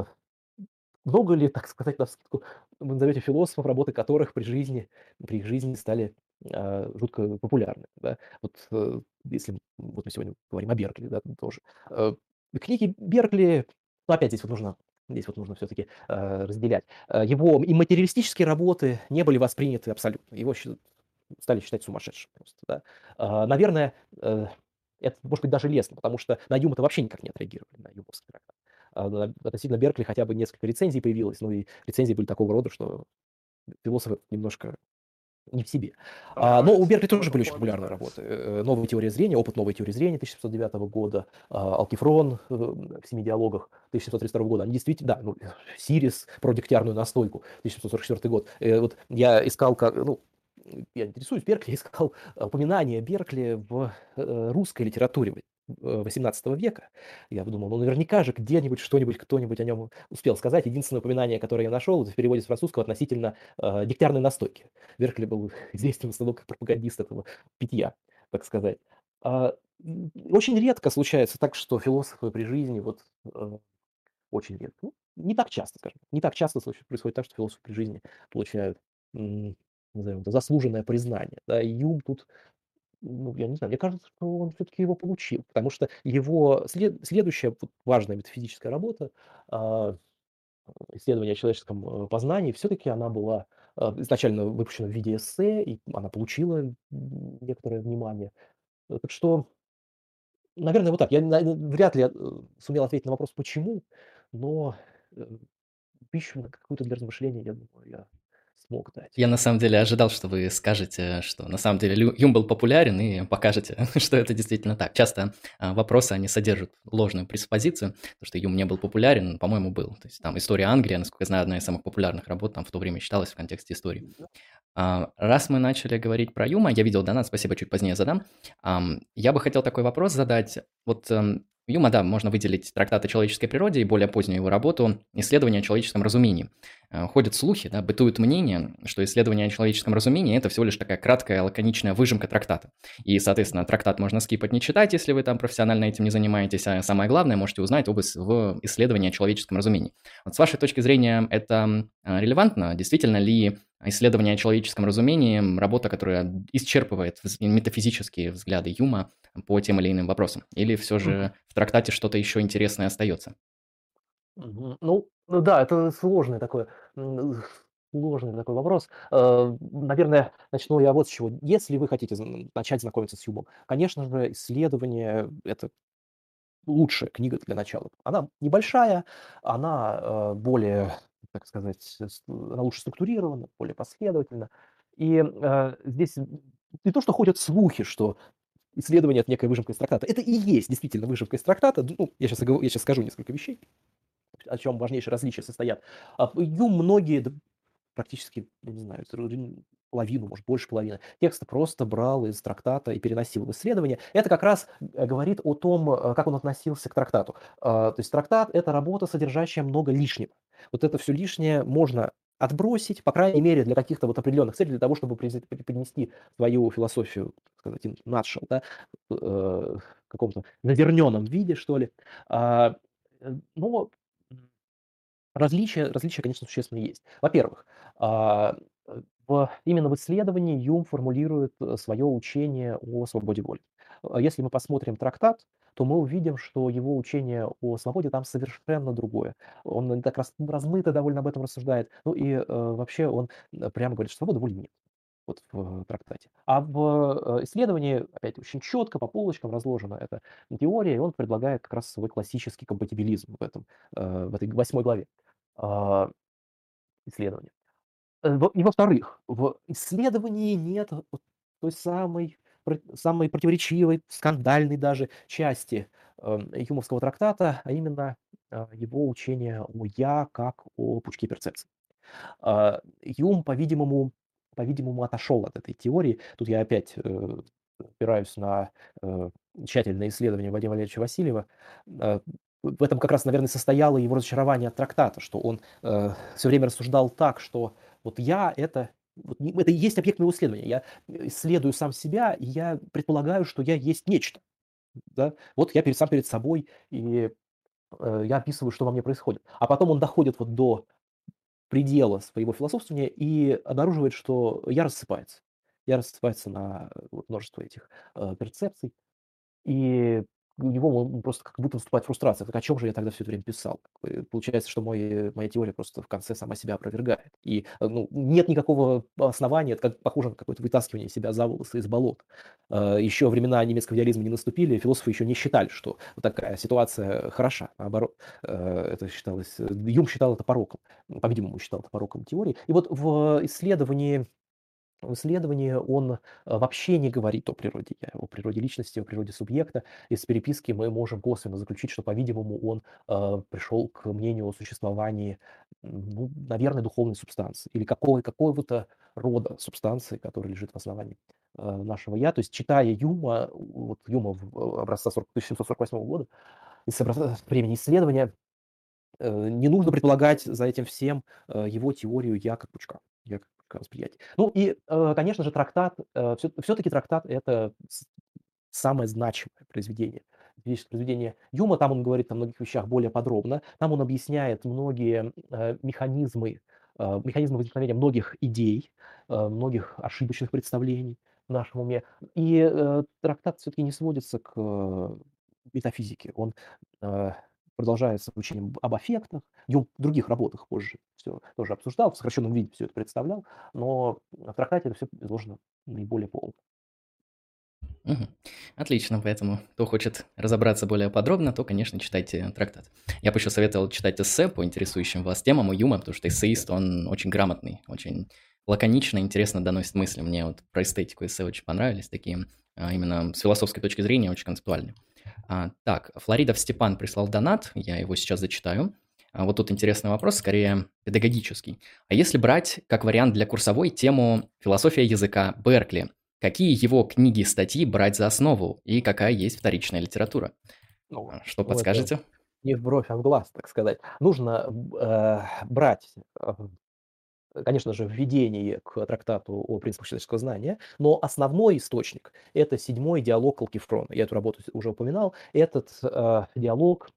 много ли, так сказать, навскидку, вы назовете философов, работы которых при их жизни стали жутко популярны, да? Вот если вот мы сегодня говорим о Беркли, да, тоже. Книги Беркли, ну, опять здесь вот нужно все-таки разделять. Его и материалистические работы не были восприняты абсолютно. Его стали считать сумасшедшим просто, да. Наверное, это, может быть, даже лестно, потому что на Юм это вообще никак не отреагировали, на юмовский трактат. Относительно Беркли хотя бы несколько рецензий появилось, ну и рецензии были такого рода, что философы немножко не в себе. Но у Беркли тоже были очень популярные работы. «Новая теория зрения», «Опыт новой теории зрения» 1709 года, «Алкифрон» в «Семи диалогах» 1732 года. Они действительно, да, ну, «Сирис» про дегтярную настойку 1744 год. Вот я искал, я интересуюсь Беркли, искал упоминания Беркли в русской литературе XVIII века. Я подумал, ну наверняка же где-нибудь что-нибудь кто-нибудь о нем успел сказать. Единственное упоминание, которое я нашел, это в переводе с французского относительно дегтярной настойки. Беркли был известен в основном как пропагандист этого питья, так сказать. Очень редко случается так, что философы при жизни, вот очень редко, ну, не так часто, скажем, не так часто происходит так, что философы при жизни получают, назовем это, заслуженное признание. Да, и Юм тут, ну, я не знаю, мне кажется, что он все-таки его получил, потому что его следующая вот важная метафизическая работа, исследование о человеческом познании, все-таки она была изначально выпущена в виде эссе, и она получила некоторое внимание. Так что, наверное, вот так. Я вряд ли сумел ответить на вопрос, почему, но э, пищу на какую-то для размышления, я думаю, я смог дать. Я на самом деле ожидал, что вы скажете, что на самом деле Юм был популярен, и покажете, что это действительно так. Часто вопросы, они содержат ложную преспозицию, то, что Юм не был популярен, по-моему, был. То есть там «История Англии», насколько я знаю, одна из самых популярных работ там в то время считалась в контексте истории. Раз мы начали говорить про Юма, я видел донат, спасибо, чуть позднее задам. Я бы хотел такой вопрос задать. Вот Юма, да, можно выделить трактат о человеческой природе и более позднюю его работу «Исследование о человеческом разумении». Ходят слухи, да, бытует мнение, что исследование о человеческом разумении – это всего лишь такая краткая, лаконичная выжимка трактата. И, соответственно, трактат можно скипать, не читать, если вы там профессионально этим не занимаетесь, а самое главное, можете узнать в исследовании о человеческом разумении. Вот с вашей точки зрения это релевантно? Действительно ли исследование о человеческом разумении – работа, которая исчерпывает метафизические взгляды Юма по тем или иным вопросам? Или все же в трактате что-то еще интересное остается? Ну да, это сложный такой вопрос. Наверное, начну я вот с чего. Если вы хотите начать знакомиться с Юмом, конечно же, исследование — это лучшая книга для начала. Она небольшая, она более, так сказать, она лучше структурирована, более последовательна. И здесь не то, что ходят слухи, что исследование — это некая выжимка из трактата. Это и есть действительно выжимка из трактата. Ну, я сейчас скажу несколько вещей, о чем важнейшие различия состоят. Юм многие практически, я не знаю, половину, может, больше половины текста просто брал из трактата и переносил в исследование. Это как раз говорит о том, как он относился к трактату. То есть трактат– это работа, содержащая много лишнего. Вот это все лишнее можно отбросить, по крайней мере, для каких-то вот определенных целей, для того, чтобы принести свою философию, так сказать, in nutshell, да, в каком-то наверненном виде, что ли. А, Но различия, конечно, существенно есть. Во-первых, а, именно в исследовании Юм формулирует свое учение о свободе воли. Если мы посмотрим трактат, то мы увидим, что его учение о свободе там совершенно другое. Он так размыто довольно об этом рассуждает. Ну и вообще он прямо говорит, что свободы воли нет вот в трактате. А в исследовании, опять, очень четко по полочкам разложена эта теория, и он предлагает как раз свой классический компатибилизм в этой 8 главе а, исследования. И во-вторых, в исследовании нет вот той самой противоречивой, скандальной даже части Юмовского трактата, а именно его учения о «я» как о пучке перцепций. Юм, по-видимому, отошел от этой теории. Тут я опять опираюсь на тщательное исследование Вадима Валерьевича Васильева. Э, В этом как раз, наверное, состояло его разочарование от трактата, что он все время рассуждал так, что вот я это это и есть объект моего исследования. Я исследую сам себя, и я предполагаю, что я есть нечто. Да? Вот я сам перед собой, и я описываю, что во мне происходит. А потом он доходит вот до предела своего философствования и обнаруживает, что я рассыпается. Я рассыпается на вот множество этих перцепций, и у него просто как будто наступает фрустрация. Так о чем же я тогда все это время писал? Получается, что моя теория просто в конце сама себя опровергает. И ну, нет никакого основания, это как, похоже на какое-то вытаскивание себя за волосы из болот. Еще времена немецкого идеализма не наступили, философы еще не считали, что вот такая ситуация хороша. Наоборот, это считалось, Юм считал это пороком, по-видимому, считал это пороком теории. И вот в исследовании он вообще не говорит о природе «я», о природе личности, о природе субъекта. Из переписки мы можем косвенно заключить, что, по-видимому, он пришел к мнению о существовании, ну, наверное, духовной субстанции или какого-то рода субстанции, которая лежит в основании нашего «я». То есть, читая Юма, вот Юма образца 1748 года, времени исследования, не нужно предполагать за этим всем его теорию «я» как пучка, «я» как пучка восприятия. Ну и, конечно же, трактат, все-таки трактат– это самое значимое произведение. Здесь произведение Юма, там он говорит о многих вещах более подробно, там он объясняет многие механизмы возникновения многих идей, многих ошибочных представлений в нашем уме. И трактат все-таки не сводится к метафизике. Он э, продолжает с обучением об аффектах. Юнг в других работах позже все тоже обсуждал, в сокращенном виде все это представлял, но в трактате это все изложено наиболее полно. Мгм. Отлично, поэтому кто хочет разобраться более подробно, то, конечно, читайте трактат. Я бы еще советовал читать эссе по интересующим вас темам у Юма, потому что эссеист, он очень грамотный, очень лаконично, интересно доносит мысли. Мне вот про эстетику эссе очень понравились, такие именно с философской точки зрения очень концептуальные. Так, Флоридов Степан прислал донат, я его сейчас зачитаю. Вот тут интересный вопрос, скорее педагогический. А если брать как вариант для курсовой тему «Философия языка» Беркли, какие его книги, статьи брать за основу и какая есть вторичная литература? Ну, Что это подскажете? не в бровь, а в глаз, так сказать. Нужно брать, конечно же, введение к трактату о принципах человеческого знания, но основной источник– это 7-й диалог Калкифрона. Я эту работу уже упоминал. Этот диалог,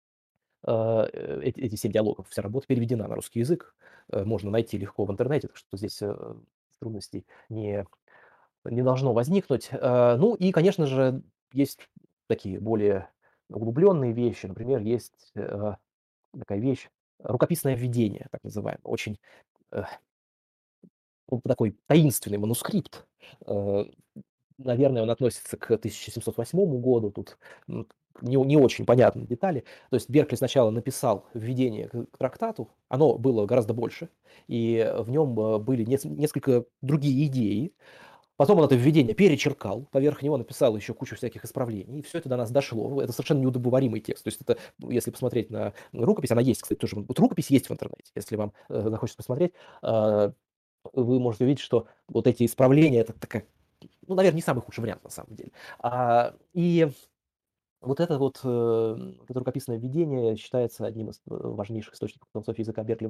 эти 7 диалогов, вся работа переведена на русский язык. Можно найти легко в интернете, так что здесь трудностей не должно возникнуть. Ну и, конечно же, есть такие более углубленные вещи. Например, есть такая вещь, рукописное введение, так называемое. Очень э, такой таинственный манускрипт. Э, Наверное, он относится к 1708 году. Тут не очень понятны детали. То есть Беркли сначала написал введение к трактату. Оно было гораздо больше. И в нем были несколько другие идеи. Потом он это введение перечеркал, поверх него написал еще кучу всяких исправлений, и все это до нас дошло. Это совершенно неудобоваримый текст. То есть это, если посмотреть на рукопись, она есть, кстати, тоже. Вот рукопись есть в интернете. Если вам захочется посмотреть, э, вы можете увидеть, что вот эти исправления, это такая, ну, наверное, не самый худший вариант на самом деле. И вот это рукописное введение считается одним из важнейших источников философии языка Беркли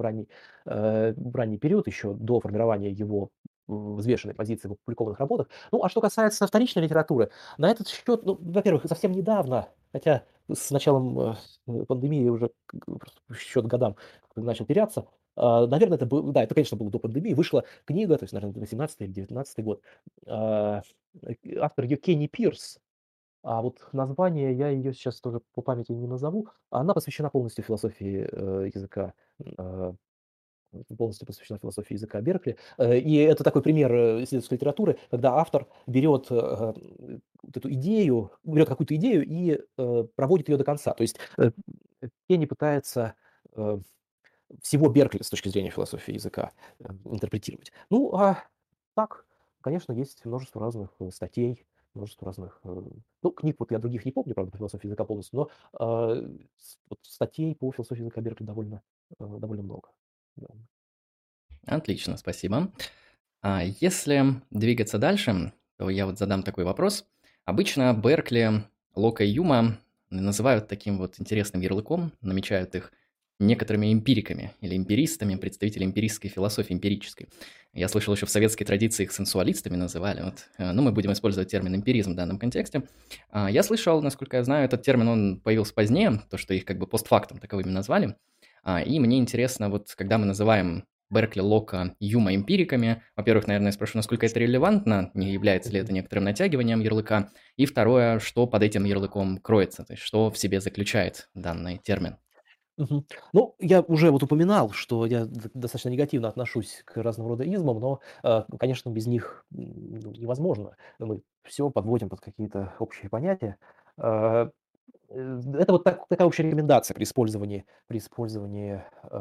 в ранний период, еще до формирования его взвешенной позиции в опубликованных работах. Ну, а что касается вторичной литературы, на этот счет, ну, во-первых, совсем недавно, хотя с началом пандемии уже просто счет годам начал теряться, наверное, это был, да, это, конечно, было до пандемии, вышла книга, то есть, наверное, 18 или 19 год, а, автор ее Кенни Пирс, а вот название, я ее сейчас тоже по памяти не назову. Она посвящена полностью философии, языка, э, полностью посвящена философии языка Беркли. И это такой пример, исследовательской литературы, когда автор берет, вот эту идею, берет какую-то идею и, проводит ее до конца. То есть, Кенни пытается, э, всего Беркли с точки зрения философии языка, интерпретировать. Ну, а так, конечно, есть множество разных, статей, множество разных, ну, книг вот я других не помню, правда, по философии языка полностью, но, вот статей по философии языка Беркли довольно много. Да. Отлично, спасибо. Если двигаться дальше, то я вот задам такой вопрос. Обычно Беркли, Лока и Юма называют таким вот интересным ярлыком, намечают их некоторыми эмпириками или эмпиристами, представители эмпиристской философии, эмпирической. Я слышал, еще в советской традиции их сенсуалистами называли. Вот. Ну, мы будем использовать термин эмпиризм в данном контексте. Я слышал, насколько я знаю, этот термин, он появился позднее, то, что их как бы постфактум таковыми назвали. И мне интересно, вот когда мы называем Беркли, Лока, Юма эмпириками. Во-первых, наверное, я спрошу, насколько это релевантно, не является ли это некоторым натягиванием ярлыка. И второе, что под этим ярлыком кроется, то есть что в себе заключает данный термин. Мгм. Ну, я уже вот упоминал, что я достаточно негативно отношусь к разного рода измам, но, конечно, без них ну, невозможно. Мы все подводим под какие-то общие понятия. А, Это вот такая общая рекомендация при использовании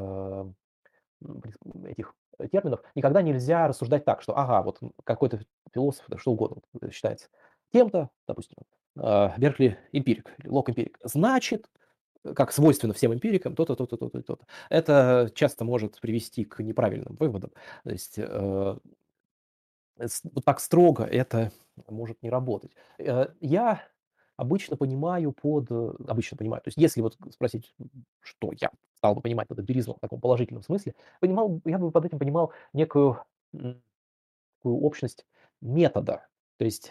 этих терминов. Никогда нельзя рассуждать так, что, ага, вот какой-то философ, да, что угодно считается тем-то, допустим, Беркли эмпирик, или Лок эмпирик. Значит, как свойственно всем эмпирикам, то-то, то-то, то-то и то-то. Это часто может привести к неправильным выводам. То есть вот так строго это может не работать. Я обычно понимаю, то есть если вот спросить, что я стал бы понимать под эмпиризмом в таком положительном смысле, я бы под этим понимал некую такую общность метода. То есть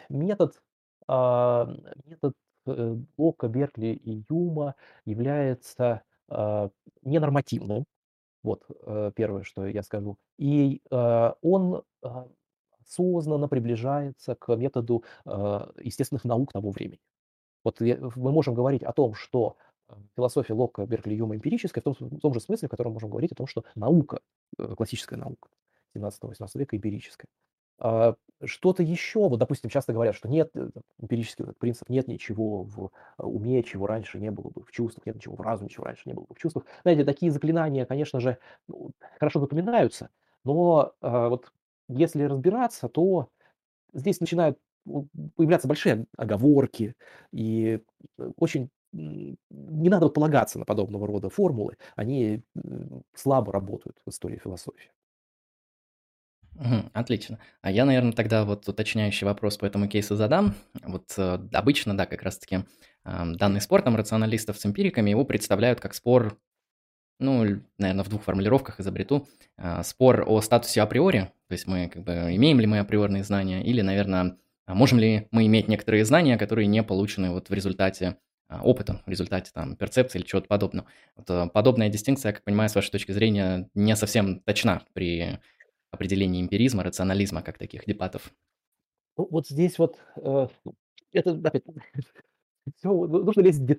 метод Лока, Беркли и Юма является ненормативным. Вот, первое, что я скажу. И, он, осознанно приближается к методу, естественных наук того времени. Вот мы можем говорить о том, что, философия Локка, Беркли, Юма эмпирическая в том же смысле, в котором можем говорить о том, что наука, классическая наука 17-18 века эмпирическая. А, Что-то еще, вот, допустим, часто говорят, что нет, эмпирический вот этот принцип, нет ничего в уме, чего раньше не было бы в чувствах, нет ничего в разуме, чего раньше не было бы в чувствах. Знаете, такие заклинания, конечно же, ну, хорошо запоминаются, но вот если разбираться, то здесь начинают появляться большие оговорки, и очень не надо вот полагаться на подобного рода формулы, они слабо работают в истории философии. Мгм. Отлично. А я, наверное, тогда вот уточняющий вопрос по этому кейсу задам. Вот обычно, да, как раз-таки данный спор там рационалистов с эмпириками, его представляют как спор, ну, наверное, в двух формулировках изобрету. Спор о статусе априори, то есть мы как бы имеем ли мы априорные знания, или, наверное, можем ли мы иметь некоторые знания, которые не получены вот в результате опыта, в результате там перцепции или чего-то подобного. Вот, подобная дистинкция, я как понимаю, с вашей точки зрения, не совсем точна при определении эмпиризма, рационализма как таких дебатов. Ну, вот здесь вот, это опять всё,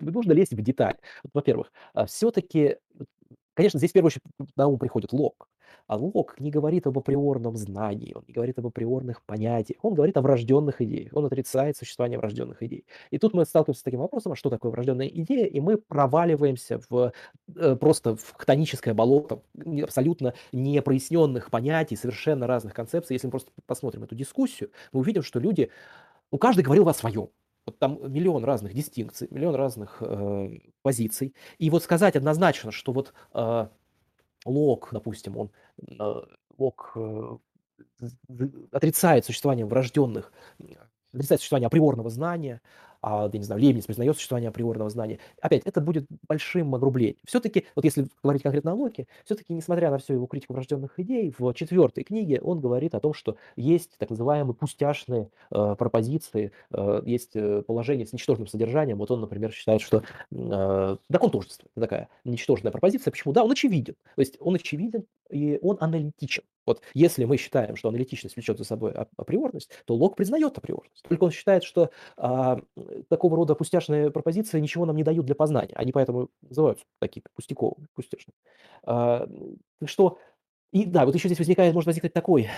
нужно лезть в деталь. Вот, во-первых, все таки конечно, здесь в первую очередь на ум приходит Локк. А Лок не говорит об априорном знании, он не говорит об априорных понятиях, он говорит о врожденных идеях, он отрицает существование врожденных идей. И тут мы сталкиваемся с таким вопросом, а что такое врожденная идея, и мы проваливаемся просто в хтоническое болото абсолютно непроясненных понятий, совершенно разных концепций. Если мы просто посмотрим эту дискуссию, мы увидим, что люди, ну, каждый говорил о своем. Вот там миллион разных дистинкций, миллион разных позиций. И вот сказать однозначно, что вот Лок, допустим, Лок отрицает существование врожденных, отрицает существование априорного знания, я не знаю, Лейбниц признает существование априорного знания. Опять, это будет большим огрублением. Все-таки, вот если говорить конкретно о Локе, все-таки, несмотря на всю его критику врожденных идей, в четвертой книге он говорит о том, что есть так называемые пустяшные пропозиции, есть положение с ничтожным содержанием. Вот он, например, считает, что доконтождество — это такая ничтожная пропозиция. Почему? Да, он очевиден. То есть он очевиден, и он аналитичен. Вот если мы считаем, что аналитичность влечет за собой априорность, то Лок признает априорность. Только он считает, что такого рода пустяшные пропозиции ничего нам не дают для познания. Они поэтому называются такими пустяковыми, пустяшными. А, что и да, вот еще здесь может возникнуть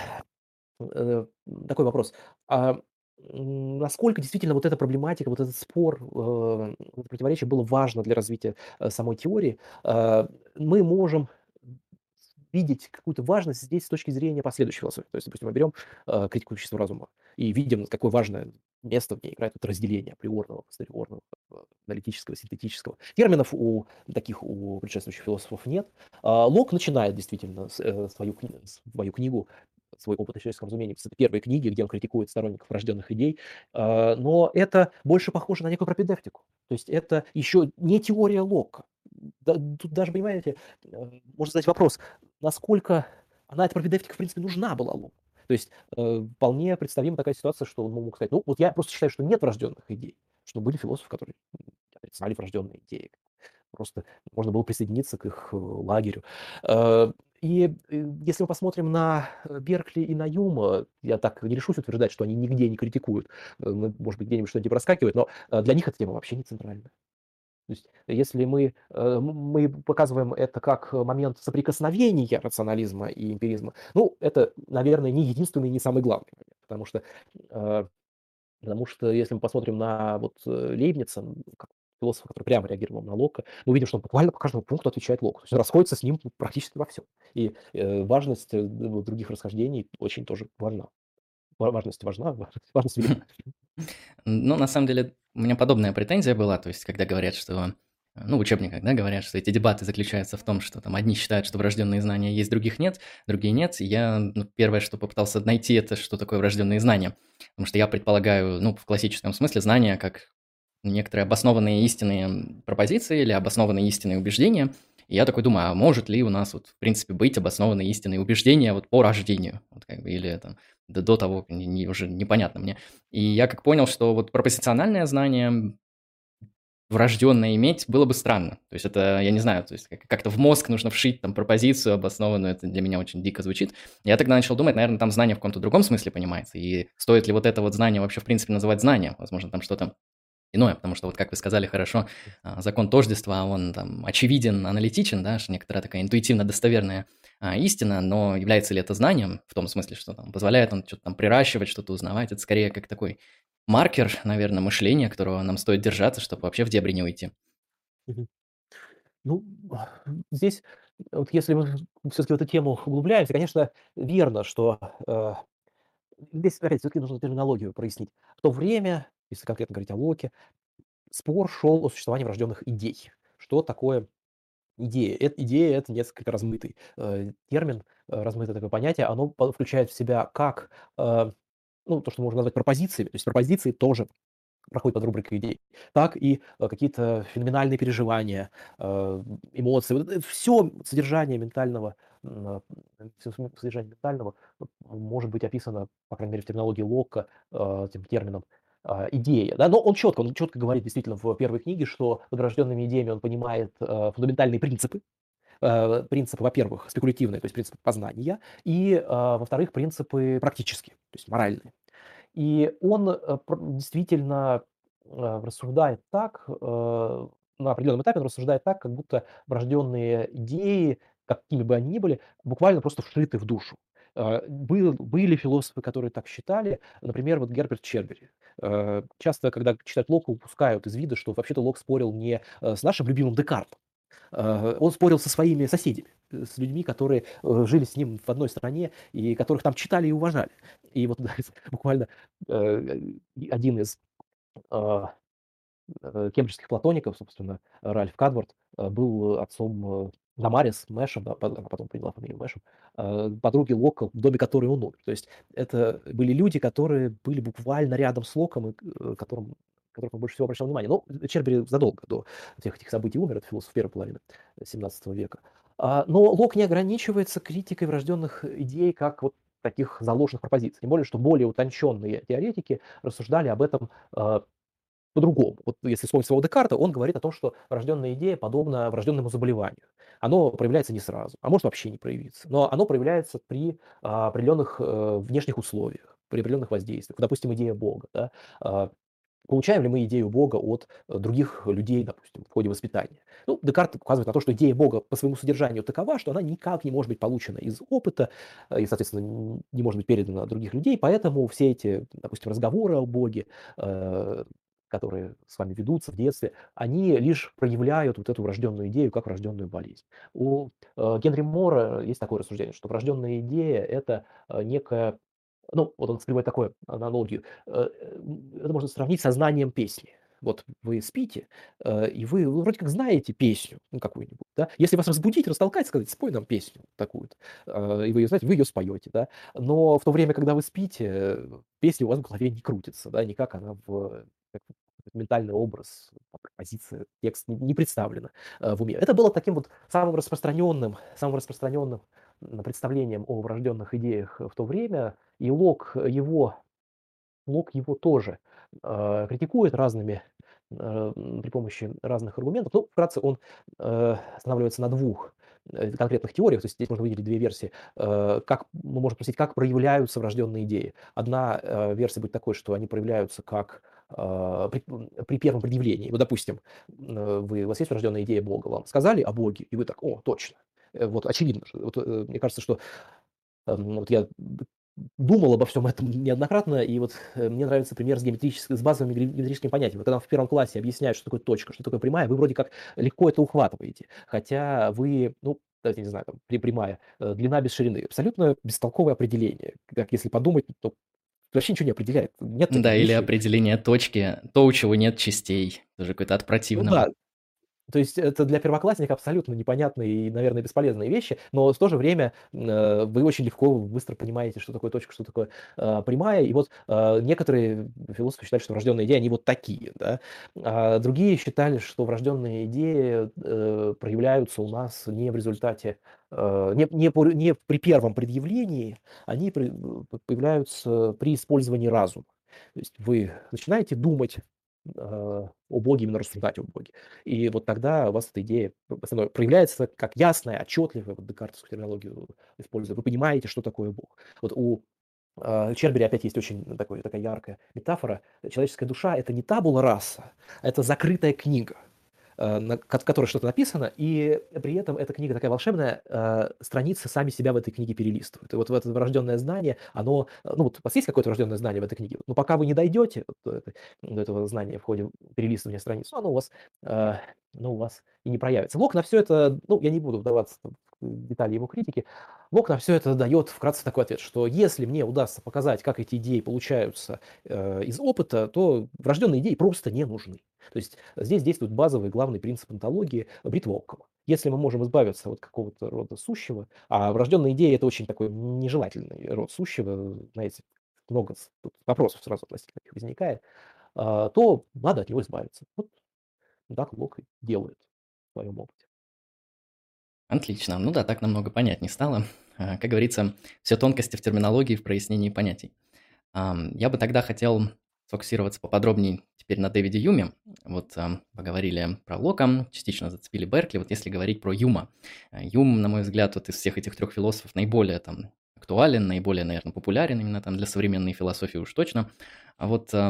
такой вопрос. Насколько действительно вот эта проблематика, вот этот спор, это противоречие было важно для развития самой теории? Мы можем видеть какую-то важность здесь с точки зрения последующей философии. То есть, допустим, мы берем критику общества разума и видим, какое важное место в ней играет это разделение априорного, постериорного, аналитического, синтетического. Терминов у предшествующих философов нет. Лок начинает действительно свою книгу, свой опыт о человеческом разумении с этой первой книги, где он критикует сторонников врожденных идей, но это больше похоже на некую пропедевтику. То есть это еще не теория Лока. Тут даже, понимаете, можно задать вопрос, насколько эта пропедевтика, в принципе, нужна была Локу. То есть вполне представима такая ситуация, что он мог сказать, ну вот я просто считаю, что нет врожденных идей, что были философы, которые отрицали врожденные идеи. Просто можно было присоединиться к их лагерю. Если мы посмотрим на Беркли и на Юма, я так не решусь утверждать, что они нигде не критикуют, может быть, где-нибудь что-нибудь проскакивает, но для них эта тема вообще не центральная. То есть, если мы показываем это как момент соприкосновения рационализма и эмпиризма, ну, это, наверное, не единственный и не самый главный момент, потому что если мы посмотрим на вот Лейбница, как философа, который прямо реагировал на Лока, мы увидим, что он буквально по каждому пункту отвечает Локу. То есть он расходится с ним практически во всем. И важность других расхождений очень тоже важна. Важность важна, важность велика. Ну, на самом деле, у меня подобная претензия была, то есть, когда говорят, что, ну, в учебниках, да, говорят, что эти дебаты заключаются в том, что там одни считают, что врожденные знания есть, других нет, другие нет. И я, ну, первое, что попытался найти, это что такое врожденные знания. Потому что я предполагаю, ну, в классическом смысле знания как некоторые обоснованные истинные пропозиции или обоснованные истинные убеждения. И я такой думаю, а может ли у нас вот, в принципе, быть обоснованные истинные убеждения вот по рождению, вот как бы, или там до того, уже непонятно мне. И я как понял, что вот пропозициональное знание врожденное иметь было бы странно. То есть это, я не знаю, то есть как-то в мозг нужно вшить там пропозицию обоснованную, это для меня очень дико звучит. Я тогда начал думать, наверное, там знание в каком-то другом смысле понимается, и стоит ли вот это вот знание вообще в принципе называть знанием, возможно, там что-то иное, потому что вот как вы сказали хорошо, закон тождества, он там очевиден, аналитичен, да, что некоторая такая интуитивно достоверная истина, но является ли это знанием в том смысле, что там позволяет он что-то там приращивать, что-то узнавать, это скорее как такой маркер, наверное, мышления, которого нам стоит держаться, чтобы вообще в дебри не уйти. Мгм. Ну, здесь, вот если мы все-таки в эту тему углубляемся, конечно, верно, что здесь опять все-таки нужно терминологию прояснить. В то время, если конкретно говорить о Локе, спор шел о существовании врожденных идей. Что такое идея? Идея — это несколько размытый термин, размытое такое понятие. Оно включает в себя как, ну, то, что можно назвать пропозициями, то есть пропозиции тоже проходит под рубрикой идей, так и какие-то феноменальные переживания, эмоции. Вот это всё содержание ментального, всё содержание ментального может быть описано, по крайней мере, в терминологии Локка, этим термином, идея. Да, но он четко говорит действительно в первой книге, что под рожденными идеями он понимает фундаментальные принципы. Принципы, во-первых, спекулятивные, то есть принципы познания, и, во-вторых, принципы практические, то есть моральные. И он, действительно, рассуждает так, на определенном этапе он рассуждает так, как будто врожденные идеи какими бы они ни были, буквально просто вшиты в душу. Были философы, которые так считали, например, вот Герберт Чербери. Часто, когда читают Лока, упускают из вида, что вообще-то Лок спорил не с нашим любимым Декартом, он спорил со своими соседями, с людьми, которые жили с ним в одной стране и которых там читали и уважали. И вот да, буквально э, один из э, кембриджских платоников, собственно, Ральф Кадворт, был отцом Дамарис Мэшем, да, она потом приняла фамилию Мэшем, подруги Лока, в доме которой он умер. То есть это были люди, которые были буквально рядом с Локом, и которых он больше всего обращал внимание. Но Чербери задолго до всех этих событий умер, это философ первой половины XVII века. Но Лок не ограничивается критикой врожденных идей, как вот таких заложенных пропозиций. Тем более, что более утонченные теоретики рассуждали об этом по-другому. Вот если вспомнить своего Декарта, он говорит о том, что врожденная идея подобна врожденному заболеванию. Оно проявляется не сразу, а может вообще не проявиться. Но оно проявляется при определенных внешних условиях, при определенных воздействиях. Допустим, идея Бога. Да? А, Получаем ли мы идею Бога от других людей, допустим, в ходе воспитания? Ну, Декарт указывает на то, что идея Бога по своему содержанию такова, что она никак не может быть получена из опыта и, соответственно, не может быть передана других людей, поэтому все эти, допустим, разговоры о Боге, э, которые с вами ведутся в детстве, они лишь проявляют вот эту врожденную идею как врожденную болезнь. У Генри Мора есть такое рассуждение, что врожденная идея – это некая, ну, вот он приводит такую аналогию. Это можно сравнить со знанием песни. Вот вы спите, и вы вроде как знаете песню, ну, какую-нибудь, да. Если вас разбудить, растолкать, сказать: "Спой нам песню такую-то", и вы ее знаете, вы ее споете, да. Но в то время, когда вы спите, песня у вас в голове не крутится, да, никак она как ментальный образ, композиция, текст не представлена, в уме. Это было таким вот самым распространенным представлением о врожденных идеях в то время. И Лок его тоже критикует при помощи разных аргументов. Ну, вкратце, он останавливается на двух конкретных теориях. То есть здесь можно выделить две версии. Как мы можем спросить, как проявляются врожденные идеи. Одна версия будет такой, что они проявляются как при первом предъявлении. Вот, допустим, у вас есть врожденная идея Бога, вам сказали о Боге, и вы так: "О, точно". Вот очевидно. Вот, мне кажется, что вот я думал обо всем этом неоднократно, и вот мне нравится пример с базовыми геометрическими понятиями. Когда вам в первом классе объясняют, что такое точка, что такое прямая, вы вроде как легко это ухватываете. Хотя вы, ну, давайте, не знаю, там, прямая, длина без ширины. Абсолютно бестолковое определение. Как если подумать, то вообще ничего не определяет. Нет таких Да, или вещей. определение точки, то, у чего нет частей. Тоже какое-то от Ну противного. да, то есть это для первоклассника абсолютно непонятные и, наверное, бесполезные вещи, но в то же время вы очень легко, быстро понимаете, что такое точка, что такое прямая. И вот некоторые философы считали, что врожденные идеи, они вот такие, да. А другие считали, что врожденные идеи проявляются у нас не в результате, не при первом предъявлении, они появляются при использовании разума. То есть вы начинаете думать о Боге, именно рассуждать о Боге. И вот тогда у вас эта идея проявляется как ясная, отчетливая, вот декартовскую терминологию используя. Вы понимаете, что такое Бог. Вот у Чербери опять есть очень такая яркая метафора. Человеческая душа – это не табула раса, это закрытая книга, в которой что-то написано, и при этом эта книга такая волшебная, страницы сами себя в этой книге перелистывают. И вот в это врожденное знание, оно, ну вот у вас есть какое-то врожденное знание в этой книге, но пока вы не дойдете до этого знания в ходе перелистывания страниц, оно э, у вас и не проявится. Лок на все это, ну, я не буду вдаваться в детали его критики, Лок на все это дает вкратце такой ответ, что если мне удастся показать, как эти идеи получаются из опыта, то врожденные идеи просто не нужны. То есть здесь действует базовый главный принцип онтологии бритвы Оккама. Если мы можем избавиться от какого-то рода сущего, а врожденная идея – это очень такой нежелательный род сущего, знаете, много тут вопросов сразу относительно них возникает, то надо от него избавиться. Вот так Лок и делает в своем опыте. Отлично. Ну да, так намного понятнее стало. Как говорится, все тонкости в терминологии, в прояснении понятий. Я бы тогда хотел сфокусироваться поподробнее теперь на Дэвиде Юме. Вот поговорили про Лока, частично зацепили Беркли. Вот если говорить про Юма. Юм, на мой взгляд, вот из всех этих трех философов наиболее там актуален, наиболее, наверное, популярен именно там для современной философии уж точно. А вот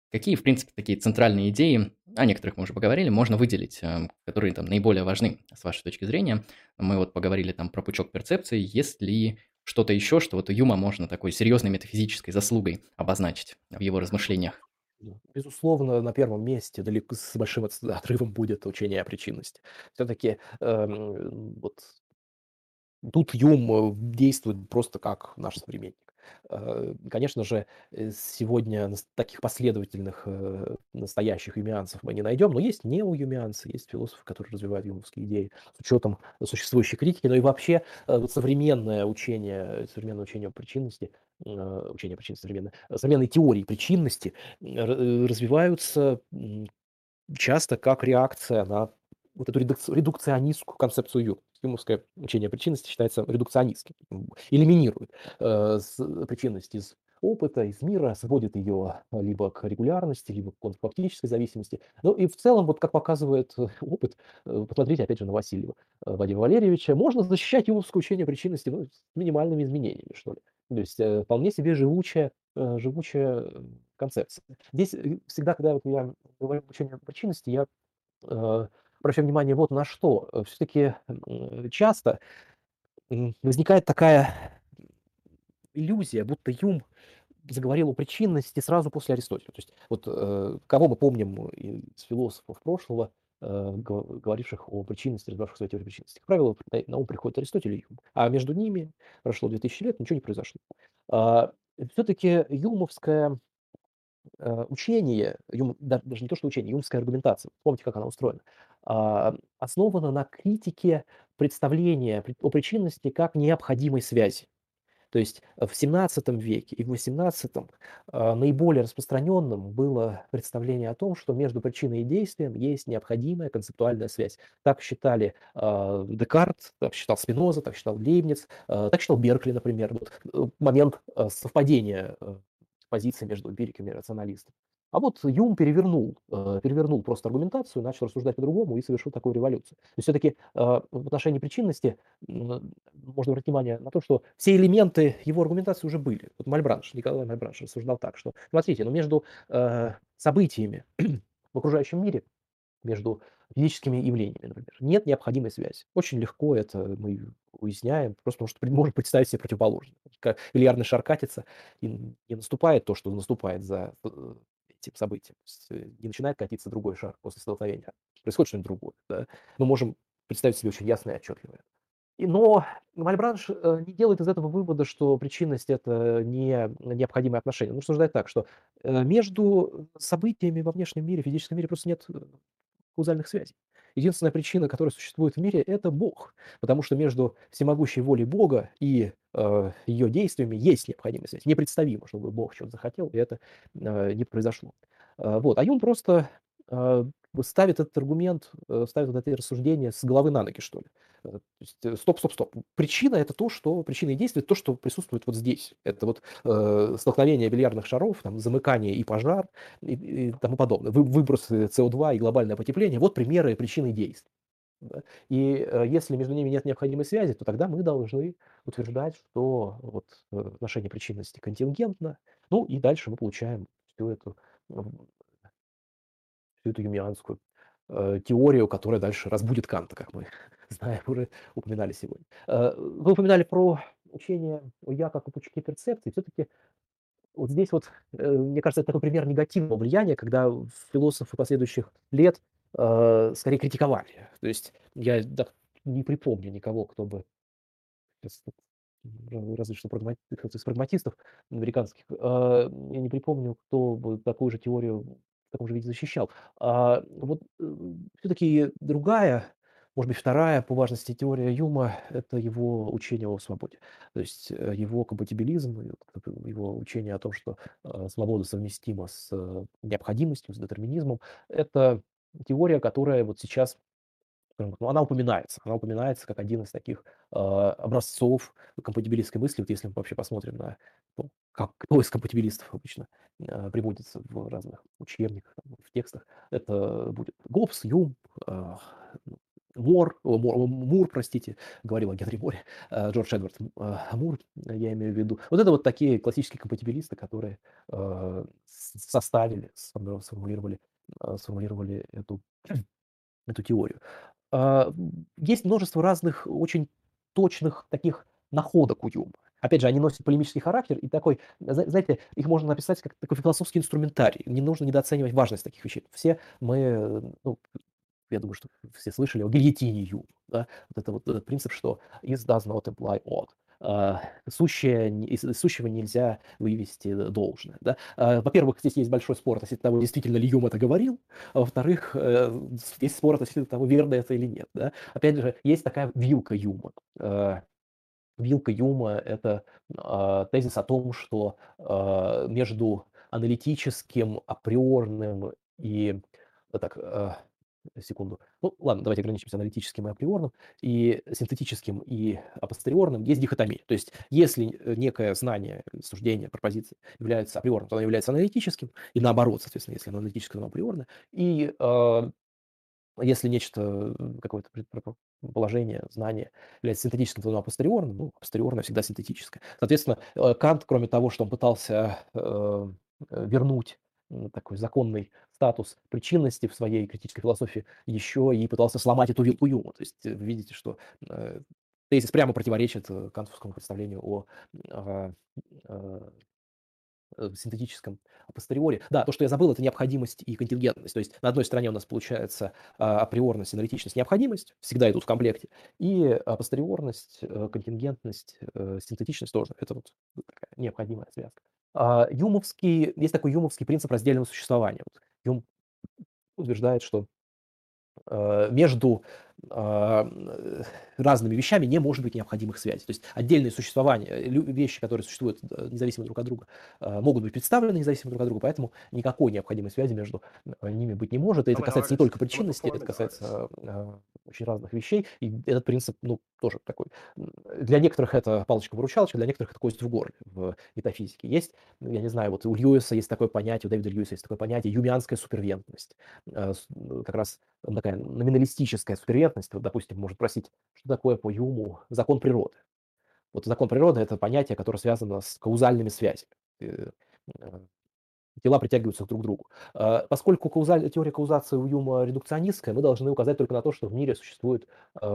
Какие, в принципе, такие центральные идеи, о некоторых мы уже поговорили, можно выделить, которые там наиболее важны с вашей точки зрения? Мы вот поговорили там про пучок перцепции. Есть ли что-то еще, что вот у Юма можно такой серьезной метафизической заслугой обозначить в его размышлениях? Безусловно, на первом месте, далеко с большим отрывом будет учение о причинности. Все-таки вот тут Юм действует просто как наш современник. Конечно же, сегодня таких последовательных, настоящих юмианцев мы не найдем, но есть неоюмианцы, есть философы, которые развивают юмовские идеи с учетом существующей критики, но и вообще вот современное учение о причинности, современные теории причинности развиваются часто как реакция на вот эту редукционистскую концепцию Юма. Юмовское учение о причинности считается редукционистским, элиминирует причинность из опыта, из мира, сводит ее либо к регулярности, либо к контрфактической зависимости. Ну и в целом, вот как показывает опыт, посмотрите опять же на Васильева Вадима Валерьевича, можно защищать юмовское учение о причинности, ну, с минимальными изменениями, что ли. То есть вполне себе живучая концепция. Здесь всегда, когда вот я говорю об учении о причинности, я обращаю внимание вот на что. Все-таки часто возникает такая иллюзия, будто Юм заговорил о причинности сразу после Аристотеля. То есть вот кого мы помним из философов прошлого, говоривших о причинности, разбиравших свою теорию причинности? Как правило, на ум приходит Аристотель и Юм. А между ними прошло 2000 лет, ничего не произошло. Все-таки юмовское учение, даже не то, что учение, юмская аргументация, помните, как она устроена, основана на критике представления о причинности как необходимой связи. То есть в XVII веке и в XVIII наиболее распространенным было представление о том, что между причиной и действием есть необходимая концептуальная связь. Так считали Декарт, так считал Спиноза, так считал Лейбниц, так считал Беркли, например. Вот, момент совпадения позиций между эмпириками и рационалистами. А вот Юм перевернул просто аргументацию, начал рассуждать по-другому и совершил такую революцию. То есть все-таки в отношении причинности можно обратить внимание на то, что все элементы его аргументации уже были. Вот Николай Мальбранш рассуждал так, что, смотрите, но между событиями в окружающем мире, между физическими явлениями, например, нет необходимой связи. Очень легко это мы уясняем, просто потому что можем представить себе противоположное. Как бильярдный шар катится, и не наступает то, что наступает за этим событием. То есть, не начинает катиться другой шар после столкновения. Происходит что-нибудь другое. Да? Мы можем представить себе очень ясно и отчетливо. Но Мальбранш не делает из этого вывода, что причинность — это не необходимое отношение. Он рассуждает так, что между событиями во внешнем мире, в физическом мире просто нет каузальных связей. Единственная причина, которая существует в мире — это Бог, потому что между всемогущей волей Бога и ее действиями есть необходимая связь. Непредставимо, чтобы Бог чего-то захотел, и это не произошло. Вот. А Юм просто ставит этот аргумент, ставит вот это рассуждение с головы на ноги, что ли. То есть, стоп, стоп, стоп. Причина и действие — то, что присутствует вот здесь. Это вот столкновение бильярдных шаров, там, замыкание и пожар и тому подобное. Выбросы СО2 и глобальное потепление — вот примеры причины действий. Да. И если между ними нет необходимой связи, то тогда мы должны утверждать, что вот отношение причинности контингентно. Ну и дальше мы получаем всю эту всю эту юмианскую теорию, которая дальше разбудит Канта, как мы знаем, уже упоминали сегодня. Вы упоминали про учение о «я» как о пучке перцепции. Все-таки вот здесь вот, мне кажется, это такой пример негативного влияния, когда философы последующих лет скорее критиковали. То есть я не припомню никого, кто бы сейчас разве что кто-то из прагматистов американских. Я не припомню, кто бы такую же теорию в таком же виде защищал. Вот все-таки другая, может быть, вторая по важности теория Юма — это его учение о свободе. То есть его компатибилизм, и вот его учение о том, что свобода совместима с необходимостью, с детерминизмом. Это теория, которая вот сейчас, скажем так, ну, она упоминается как один из таких образцов компатибилистской мысли. Вот если мы вообще посмотрим на то, кто из компатибилистов обычно приводится в разных учебниках, там, в текстах, это будет Гоббс, Юм, Мур, простите, говорил о Генри Море, Джордж Эдвард Мур, я имею в виду. Вот это вот такие классические компатибилисты, которые составили, сформулировали эту теорию. Есть множество разных очень точных таких находок у Юма. Опять же, они носят полемический характер и такой, знаете, их можно написать как такой философский инструментарий. Не нужно недооценивать важность таких вещей. Все мы, ну, я думаю, что все слышали о гильотине Юма, да? Вот это вот этот принцип, что is does not imply ought. Из сущего нельзя вывести должное. Да? Во-первых, здесь есть большой спор относительно того, действительно ли Юм это говорил, а во-вторых, есть спор относительно того, верно это или нет. Да? Опять же, есть такая вилка Юма. Вилка Юма — это тезис о том, что между аналитическим, априорным и так, секунду. Ну, ладно, давайте ограничимся аналитическим и априорным, и синтетическим и апостериорным. Есть дихотомия. То есть, если некое знание, суждение, пропозиция является априорным, то оно является аналитическим, и наоборот, соответственно, если оно аналитическое, то оно априорное. И если нечто, какое-то положение, знание является синтетическим, то оно апостериорным, ну, апостериорное всегда синтетическое. Соответственно, Кант, кроме того, что он пытался вернуть такой законный статус причинности в своей критической философии, еще и пытался сломать эту вилку Юма. То есть вы видите, что тезис прямо противоречит кантовскому представлению о а, а, синтетическом апостериори. Да, то, что я забыл, это необходимость и контингентность. То есть на одной стороне у нас получается априорность, аналитичность, необходимость, всегда идут в комплекте, и апостериорность, контингентность, синтетичность тоже. Это вот такая необходимая связка. Есть такой юмовский принцип раздельного существования. Вот Юм утверждает, что между разными вещами не может быть необходимых связей. То есть отдельные существования, вещи, которые существуют независимо друг от друга, могут быть представлены независимо друг от друга, поэтому никакой необходимой связи между ними быть не может. И это касается не только причинности, это касается очень разных вещей. И этот принцип, ну, тоже такой. Для некоторых это палочка-выручалочка, для некоторых это кость в горле в метафизике. Есть, я не знаю, вот у Льюиса есть такое понятие, у Дэвида Льюиса есть такое понятие юмианская супервентность. Как раз такая номиналистическая супервентность, вот, допустим, может спросить, что такое по Юму закон природы. Вот закон природы — это понятие, которое связано с каузальными связями. Э, э, Тела притягиваются друг к другу. Поскольку теория каузации у Юма редукционистская, мы должны указать только на то, что в мире существуют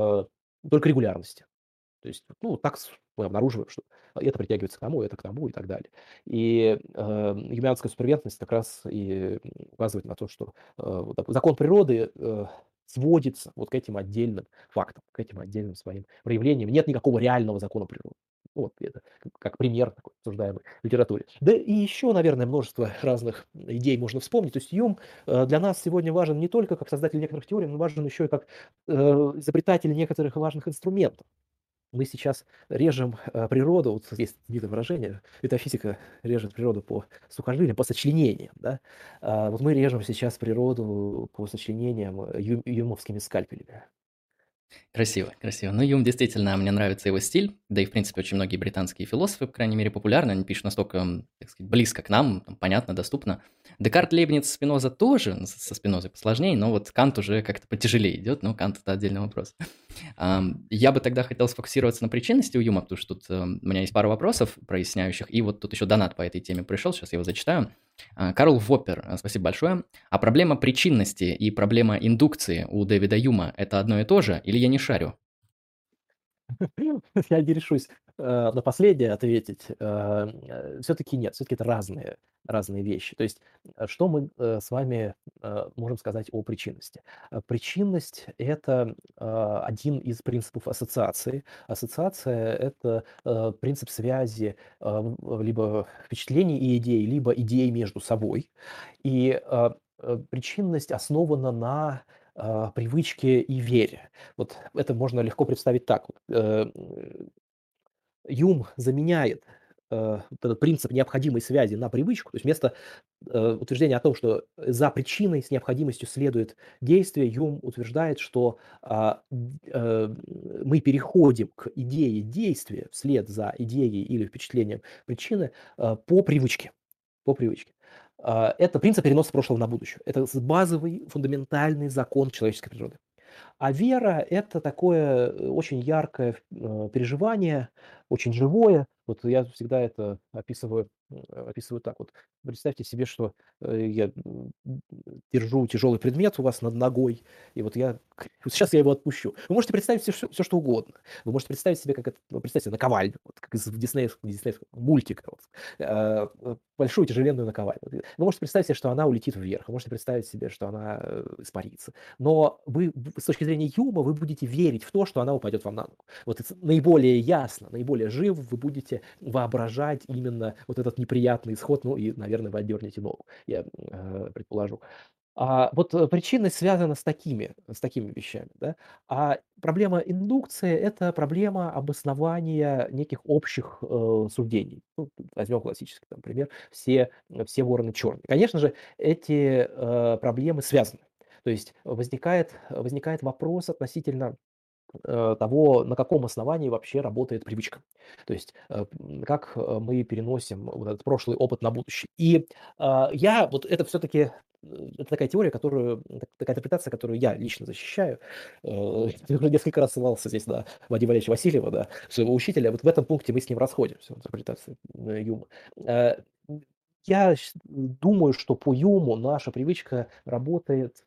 только регулярности. То есть, ну, так мы обнаруживаем, что это притягивается к тому, это к тому и так далее. И юмианская супервентность как раз и указывает на то, что закон природы сводится вот к этим отдельным фактам, к этим отдельным своим проявлениям. Нет никакого реального закона природы. Вот это как пример такой обсуждаемый в литературе. Да и еще, наверное, множество разных идей можно вспомнить. То есть Юм для нас сегодня важен не только как создатель некоторых теорий, но важен еще и как изобретатель некоторых важных инструментов. Мы сейчас режем природу, вот есть это выражение, метафизика режет природу по сухожилиям, по сочленениям. Да? Вот мы режем сейчас природу по сочленениям юмовскими скальпелями. Красиво, красиво. Ну, Юм действительно, мне нравится его стиль, да и, в принципе, очень многие британские философы, по крайней мере, популярны, они пишут настолько, так сказать, близко к нам, там, понятно, доступно. Декарт, Лейбниц, Спиноза тоже, со Спинозой посложнее, но вот Кант уже как-то потяжелее идет, но Кант — это отдельный вопрос. Я бы тогда хотел сфокусироваться на причинности у Юма, потому что тут у меня есть пара вопросов проясняющих, и вот тут еще донат по этой теме пришел, сейчас я его зачитаю. Карл Воппер, спасибо большое. А проблема причинности и проблема индукции у Дэвида Юма — это одно и то же, или я не шарю? Я не решусь на последнее ответить. Все-таки нет, все-таки это разные вещи. То есть, что мы с вами можем сказать о причинности? Причинность — это один из принципов ассоциации. Ассоциация — это принцип связи либо впечатлений и идей, либо идей между собой. И причинность основана на привычке и вере. Вот это можно легко представить так. Вот, Юм заменяет вот этот принцип необходимой связи на привычку. То есть вместо утверждения о том, что за причиной с необходимостью следует действие, Юм утверждает, что мы переходим к идее действия вслед за идеей или впечатлением причины по привычке. По привычке. Это принцип переноса прошлого на будущее. Это базовый, фундаментальный закон человеческой природы. А вера — это такое очень яркое переживание, очень живое. Вот я всегда это описываю так вот. Представьте себе, что я держу тяжелый предмет у вас над ногой, и вот вот сейчас я его отпущу. Вы можете представить себе все, что угодно. Вы можете представить себе, как это, ну, представьте себе наковальню, вот как из диснеевского мультика. Вот. Большую тяжеленную наковальню. Вы можете представить себе, что она улетит вверх. Вы можете представить себе, что она испарится. Но вы с точки зрения Юма вы будете верить в то, что она упадет вам на ногу. Вот это наиболее ясно, наиболее живо вы будете воображать именно вот этот неприятный исход, ну и, наверное, вы отдернете ногу, я предположу. Вот причины связаны с такими вещами, да. А проблема индукции — это проблема обоснования неких общих суждений. Ну, возьмем классический там пример: все вороны черные. Конечно же, эти проблемы связаны. То есть возникает вопрос относительно того, на каком основании вообще работает привычка. То есть, как мы переносим вот этот прошлый опыт на будущее. И я вот это все-таки это такая теория, такая интерпретация, которую я лично защищаю. Я уже несколько раз ссылался здесь на Вадима Валерьевича Васильева, да, своего учителя. Вот в этом пункте мы с ним расходимся в интерпретации Юма. Э, Я думаю, что по Юму наша привычка работает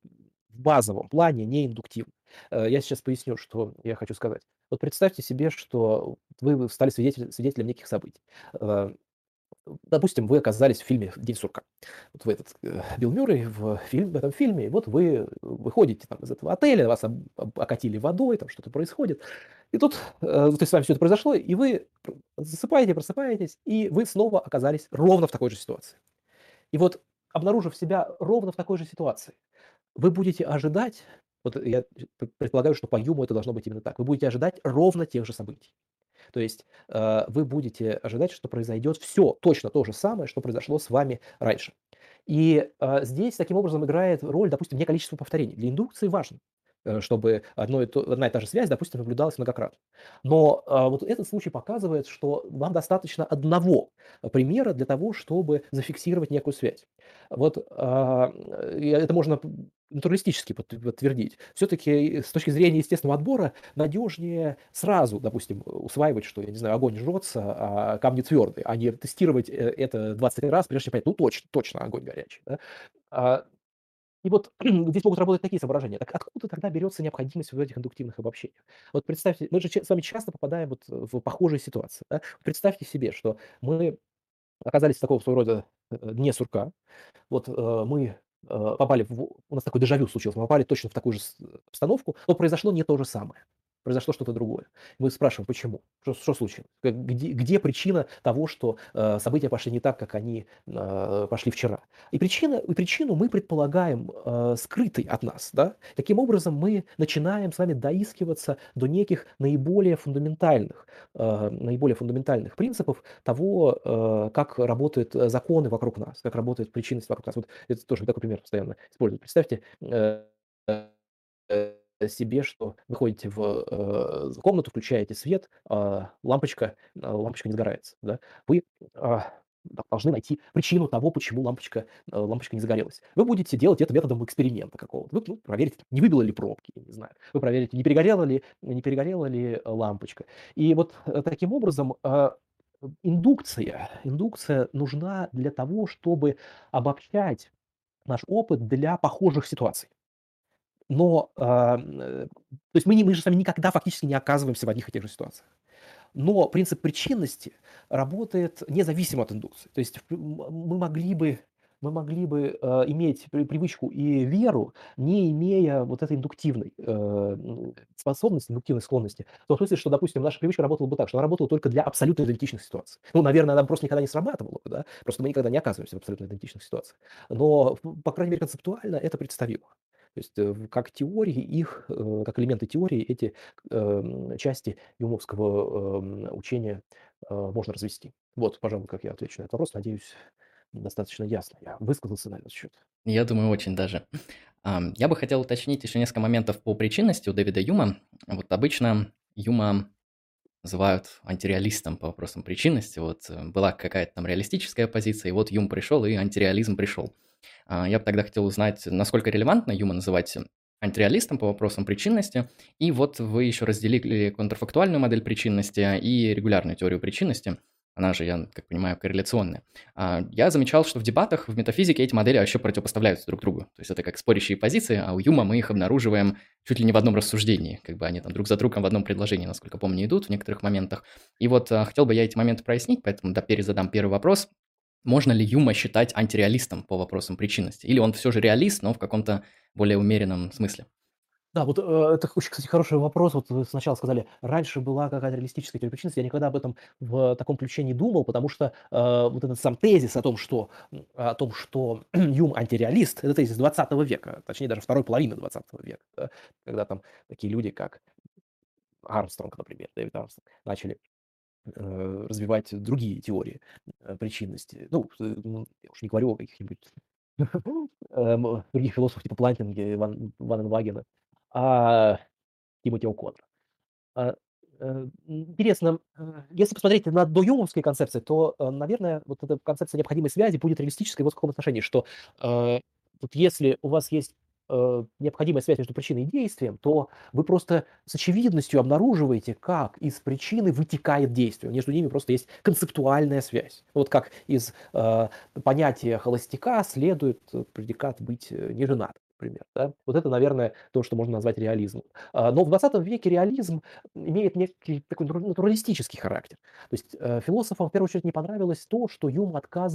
в базовом плане, не индуктивно. Я сейчас поясню, что я хочу сказать. Вот представьте себе, что вы стали свидетелем неких событий. Э, Допустим, вы оказались в фильме "День сурка". Вот вы Билл Мюррей в этом фильме, и вот вы выходите там из этого отеля, вас окатили водой, там что-то происходит. И тут, то есть с вами все это произошло, и вы засыпаете, просыпаетесь, и вы снова оказались ровно в такой же ситуации. И вот, обнаружив себя ровно в такой же ситуации, вы будете ожидать, вот я предполагаю, что по Юму это должно быть именно так, вы будете ожидать ровно тех же событий. То есть вы будете ожидать, что произойдет все точно то же самое, что произошло с вами раньше. И здесь таким образом играет роль, допустим, не количество повторений. Для индукции важно, чтобы одна и та же связь, допустим, наблюдалась многократно. Но вот этот случай показывает, что вам достаточно одного примера для того, чтобы зафиксировать некую связь. Вот это можно натуралистически подтвердить. Все-таки с точки зрения естественного отбора надежнее сразу, допустим, усваивать, что, я не знаю, огонь жжется, а камни твердые, а не тестировать это 20 раз, прежде чем понять, ну точно, точно огонь горячий. Да? А, И вот здесь могут работать такие соображения. Так откуда тогда берется необходимость в этих индуктивных обобщениях? Вот представьте, мы же с вами часто попадаем вот в похожие ситуации. Да? Представьте себе, что мы оказались в такого своего рода дне сурка, вот, мы, попали у нас такой дежавю случилось, мы попали точно в такую же обстановку, но произошло не то же самое. Произошло что-то другое. Мы спрашиваем: "Почему? Что случилось? Где причина того, что, события пошли не так, как они, пошли вчера?" И причину мы предполагаем, скрытой от нас, да. Таким образом, мы начинаем с вами доискиваться до неких наиболее фундаментальных принципов того, как работают законы вокруг нас, как работает причинность вокруг нас. Вот это тоже такой пример постоянно использую. Представьте себе, что вы ходите в комнату, включаете свет, лампочка не загорается. Да? Вы а, должны найти причину того, почему лампочка не загорелась. Вы будете делать это методом эксперимента какого-то. Вы проверите, не выбило ли пробки, я не знаю. Вы проверите, не перегорела ли лампочка. И вот таким образом индукция нужна для того, чтобы обобщать наш опыт для похожих ситуаций. Но, то есть мы же с вами никогда фактически не оказываемся в одних и тех же ситуациях. Но принцип причинности работает независимо от индукции. То есть мы могли бы иметь привычку и веру, не имея вот этой индуктивной способности, индуктивной склонности. В том смысле, что, допустим, наша привычка работала бы так, что она работала только для абсолютно идентичных ситуаций. Ну, наверное, она просто никогда не срабатывала бы, да? Просто мы никогда не оказываемся в абсолютно идентичных ситуациях. Но, по крайней мере, концептуально это представимо. То есть, как теории как элементы теории эти части юмовского учения можно развести. Вот, пожалуй, как я отвечу на этот вопрос. Надеюсь, достаточно ясно я высказался на этот счет. Я думаю, очень даже. Я бы хотел уточнить еще несколько моментов по причинности у Дэвида Юма. Вот обычно Юма называют антиреалистом по вопросам причинности. Вот была какая-то там реалистическая позиция, и вот Юм пришел, и антиреализм пришел. Я бы тогда хотел узнать, насколько релевантно Юма называть антиреалистом по вопросам причинности. И вот вы еще разделили контрфактуальную модель причинности и регулярную теорию причинности. Она же, я как понимаю, корреляционная. Я замечал, что в дебатах в метафизике эти модели вообще противопоставляются друг другу. То есть это как спорящие позиции, а у Юма мы их обнаруживаем чуть ли не в одном рассуждении. Как бы они там друг за другом в одном предложении, насколько помню, идут в некоторых моментах. И вот хотел бы я эти моменты прояснить, поэтому перезадам первый вопрос. Можно ли Юма считать антиреалистом по вопросам причинности? Или он все же реалист, но в каком-то более умеренном смысле? Да, вот, это очень, кстати, хороший вопрос. Вот вы сначала сказали, раньше была какая-то реалистическая теория причинности. Я никогда об этом в таком ключе не думал, потому что, вот этот сам тезис о том, что Юм антиреалист — это тезис 20 века, точнее, даже второй половины 20 века, да, когда там такие люди, как Армстронг, например, Дэвид Армстронг, начали, развивать другие теории, причинности. Я уж не говорю о каких-нибудь, других философов типа Плантинга и Ван Энгагена, а Тимоти О'Коннора. А, Интересно, если посмотреть на доюмовские концепции, то, наверное, вот эта концепция необходимой связи будет реалистической вот в каком отношении, что, вот если у вас есть, необходимая связь между причиной и действием, то вы просто с очевидностью обнаруживаете, как из причины вытекает действие. Между ними просто есть концептуальная связь. Вот как из, понятия холостяка следует предикат быть, неженатым, например, да. Вот это, наверное, то, что можно назвать реализмом. Но в 20 веке реализм имеет некий такой натуралистический характер. То есть, философам в первую очередь не понравилось то, что Юм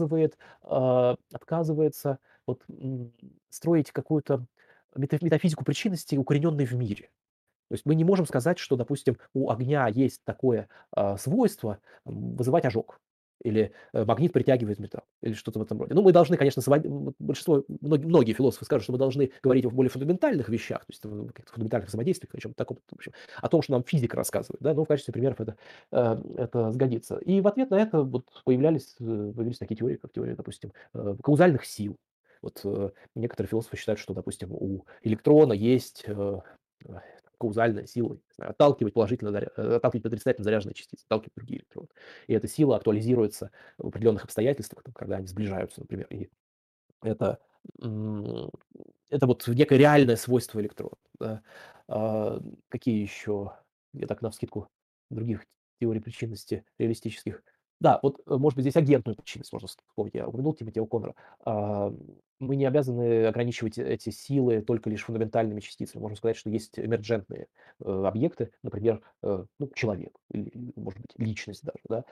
отказывается вот, строить какую-то метафизику причинности, укорененной в мире. То есть мы не можем сказать, что, допустим, у огня есть такое, свойство, вызывать ожог, или, магнит притягивает металл, или что-то в этом роде. Ну, мы должны, конечно, вот большинство, многие философы скажут, что мы должны говорить о более фундаментальных вещах, то есть в каких-то фундаментальных взаимодействиях, о чём-то таком, в общем, о том, что нам физика рассказывает, да, но в качестве примеров это сгодится. И в ответ на это вот появились такие теории, как теория, допустим, каузальных сил. Вот, некоторые философы считают, что, допустим, у электрона есть, каузальная сила, не знаю, отталкивать отрицательно заряженные частицы, отталкивать другие электроны. И эта сила актуализируется в определенных обстоятельствах, там, когда они сближаются, например. И это, м, это вот некое реальное свойство электрона, да. Какие еще, я так навскидку, других теорий причинности реалистических. Да, вот, может быть, здесь агентную причинность можно вспомнить. Я упомянул Тимоти О'Коннора. Мы не обязаны ограничивать эти силы только лишь фундаментальными частицами. Можно сказать, что есть эмерджентные, объекты, например, человек или, может быть, личность даже, да.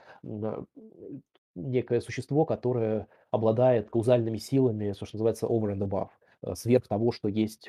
Некое существо, которое обладает каузальными силами, то, что называется over and above, сверх того, что есть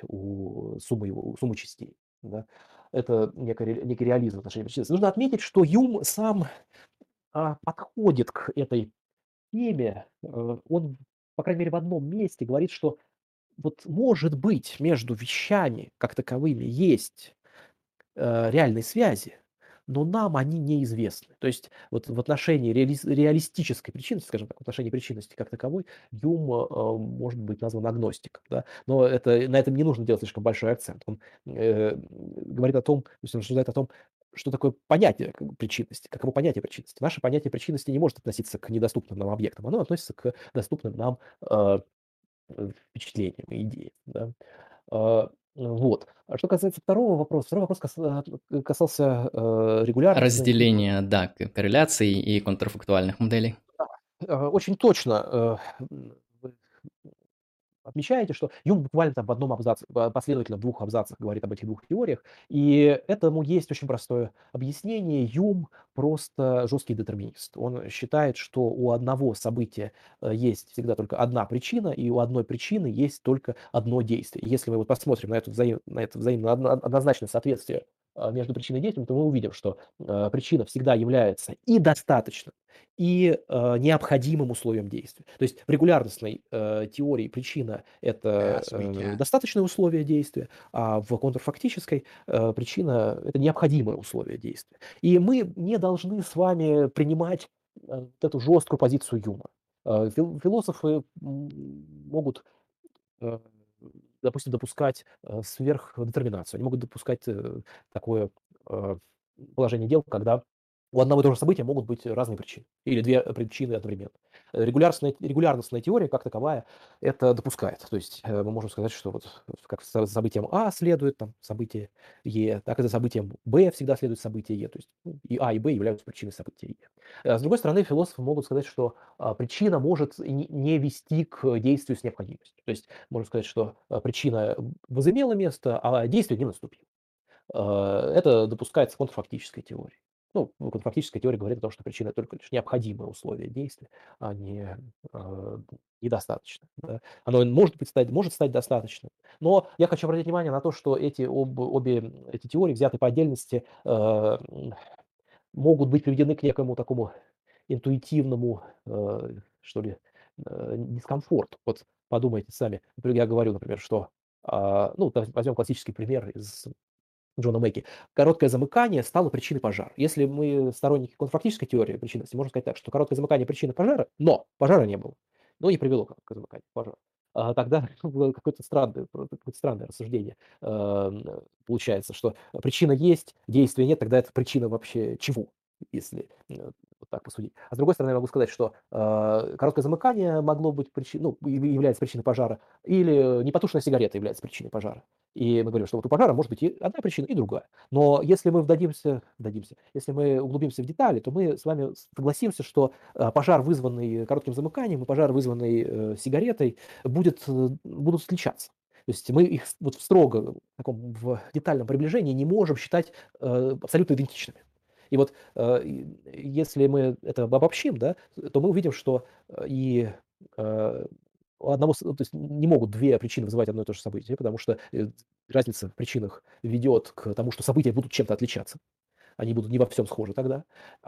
у суммы частей, да. Это некий реализм в отношении причинности. Нужно отметить, что Юм сам, подходит к этой теме. Он, по крайней мере, в одном месте говорит, что вот, может быть, между вещами как таковыми есть реальной связи, но нам они неизвестны. То есть вот в отношении реалистической причинности, скажем так, в отношении причинности как таковой, Юм, может быть назван агностиком, да. Но на этом не нужно делать слишком большой акцент. Он, говорит о том, то есть он рассуждает о том, что такое понятие как бы причинности, каково понятие причинности. Наше понятие причинности не может относиться к недоступным нам объектам, оно относится к доступным нам, впечатлениям и идеям, да. Вот. А что касается второй вопрос касался, регулярности, да, и Разделение, да, корреляций и контрфактуальных моделей. очень точно, вы отмечаете, что Юнг буквально там в одном абзаце, последовательно в двух абзацах говорит об этих двух теориях, и этому есть очень простое объяснение. Юм просто жесткий детерминист. Он считает, что у одного события, есть всегда только одна причина, и у одной причины есть только одно действие. Если мы вот посмотрим на это взаимно однозначное соответствие, между причиной и действием, то мы увидим, что, причина всегда является и достаточным, и, необходимым условием действия. То есть в регулярностной, теории причина — это, Развитие. достаточное условие действия, а в контрфактической, причина — это необходимое условие действия. И мы не должны с вами принимать, вот эту жесткую позицию Юма. Философы, могут, э, допустим, допускать, сверхдетерминацию. Они могут допускать, такое, положение дел, когда у одного и того же события могут быть разные причины или две причины одновременно. Регулярностная теория как таковая это допускает. То есть мы можем сказать, что вот как за событием А следует там, событие Е, так и за событием Б всегда следует событие Е. То есть и А, и Б являются причиной события Е. С другой стороны, философы могут сказать, что причина может не вести к действию с необходимостью. То есть можно сказать, что причина возымела место, а действие не наступило. Это допускается контрфактической теорией. Ну, контрфактическая теория говорит о том, что причина только лишь необходимое условие действия, а не недостаточно. Да. Оно может стать достаточным. Но я хочу обратить внимание на то, что обе эти теории, взяты по отдельности, могут быть приведены к некому такому интуитивному, что ли, дискомфорту. Вот подумайте сами. Например, я говорю, например, что, ну, возьмем классический пример из Джона Мэкки. Короткое замыкание стало причиной пожара. Если мы сторонники контрфактической теории причинности, можно сказать так, что короткое замыкание причина пожара, но пожара не было. Но не привело к замыканию пожара. Тогда было какое-то странное рассуждение. Получается, что причина есть, действия нет, тогда это причина вообще чего, если вот так посудить. А с другой стороны, я могу сказать, что короткое замыкание могло быть ну, является причиной пожара, или непотушенная сигарета является причиной пожара. И мы говорим, что вот у пожара может быть и одна причина, и другая. Но если мы если мы углубимся в детали, то мы с вами согласимся, что пожар, вызванный коротким замыканием, и пожар, вызванный сигаретой, будут отличаться. То есть мы их вот в детальном приближении не можем считать абсолютно идентичными. И вот если мы это обобщим, да, то мы увидим, что и у одного, то есть не могут две причины вызывать одно и то же событие, потому что разница в причинах ведет к тому, что события будут чем-то отличаться. Они будут не во всем схожи тогда.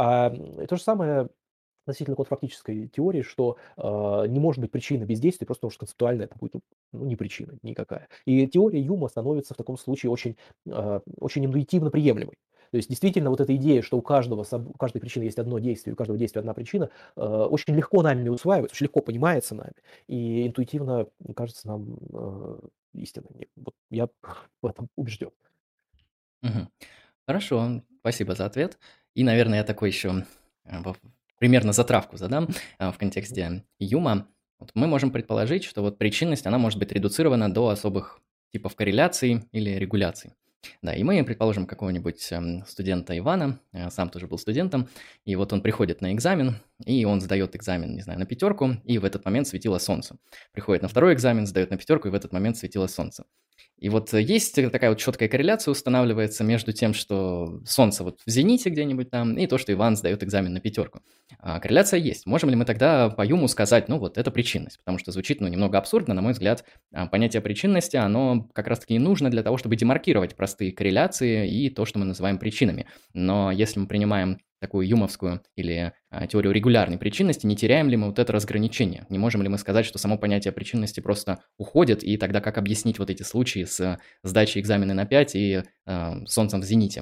И то же самое относительно контрфактической теории, что не может быть причины бездействия, просто потому что концептуально это будет не причина никакая. И теория Юма становится в таком случае очень интуитивно приемлемой. То есть действительно вот эта идея, что у каждой причины есть одно действие, у каждого действия одна причина, очень легко нами усваивается, очень легко понимается нами и интуитивно кажется нам истинной. Вот я в этом убежден. Мгм. Хорошо, спасибо за ответ. И, наверное, я такой еще примерно затравку задам в контексте Юма. Вот мы можем предположить, что вот причинность, она может быть редуцирована до особых типов корреляций или регуляций. Да, и мы предположим какого-нибудь студента Ивана, сам тоже был студентом, и вот он приходит на экзамен, и он сдает экзамен, не знаю, на пятерку, и в этот момент светило солнце. Приходит на второй экзамен, сдает на пятерку, и в этот момент светило солнце. И вот есть такая вот четкая корреляция устанавливается между тем, что Солнце вот в зените где-нибудь там, и то, что Иван сдает экзамен на пятерку. Корреляция есть. Можем ли мы тогда по Юму сказать, ну вот это причинность? Потому что звучит, ну, немного абсурдно, на мой взгляд, понятие причинности, оно как раз-таки и нужно для того, чтобы демаркировать простые корреляции и то, что мы называем причинами. Но если мы принимаем такую юмовскую или теорию регулярной причинности, не теряем ли мы вот это разграничение? Не можем ли мы сказать, что само понятие причинности просто уходит, и тогда как объяснить вот эти случаи с сдачей экзамена на 5 и солнцем в зените?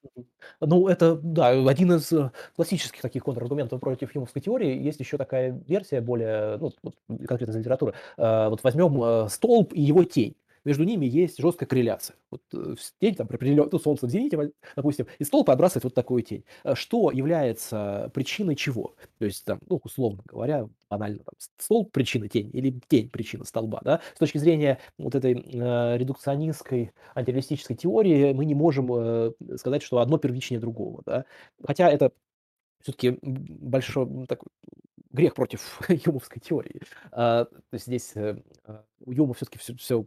Ну, это, да, один из классических таких контраргументов против юмовской теории. Есть еще такая версия, более, ну, вот конкретно из литературы. Вот возьмем столб и его тень. Между ними есть жесткая корреляция. Вот тень, там, ну, солнце в зените, допустим, и столб отбрасывает вот такую тень. Что является причиной чего? То есть, там, ну, условно говоря, банально, там, столб причина тень или тень причина столба, да? С точки зрения вот этой редукционистской антиреалистической теории мы не можем сказать, что одно первичнее другого. Да? Хотя это все-таки большой такой грех против юмовской теории. То есть здесь у Юма все-таки все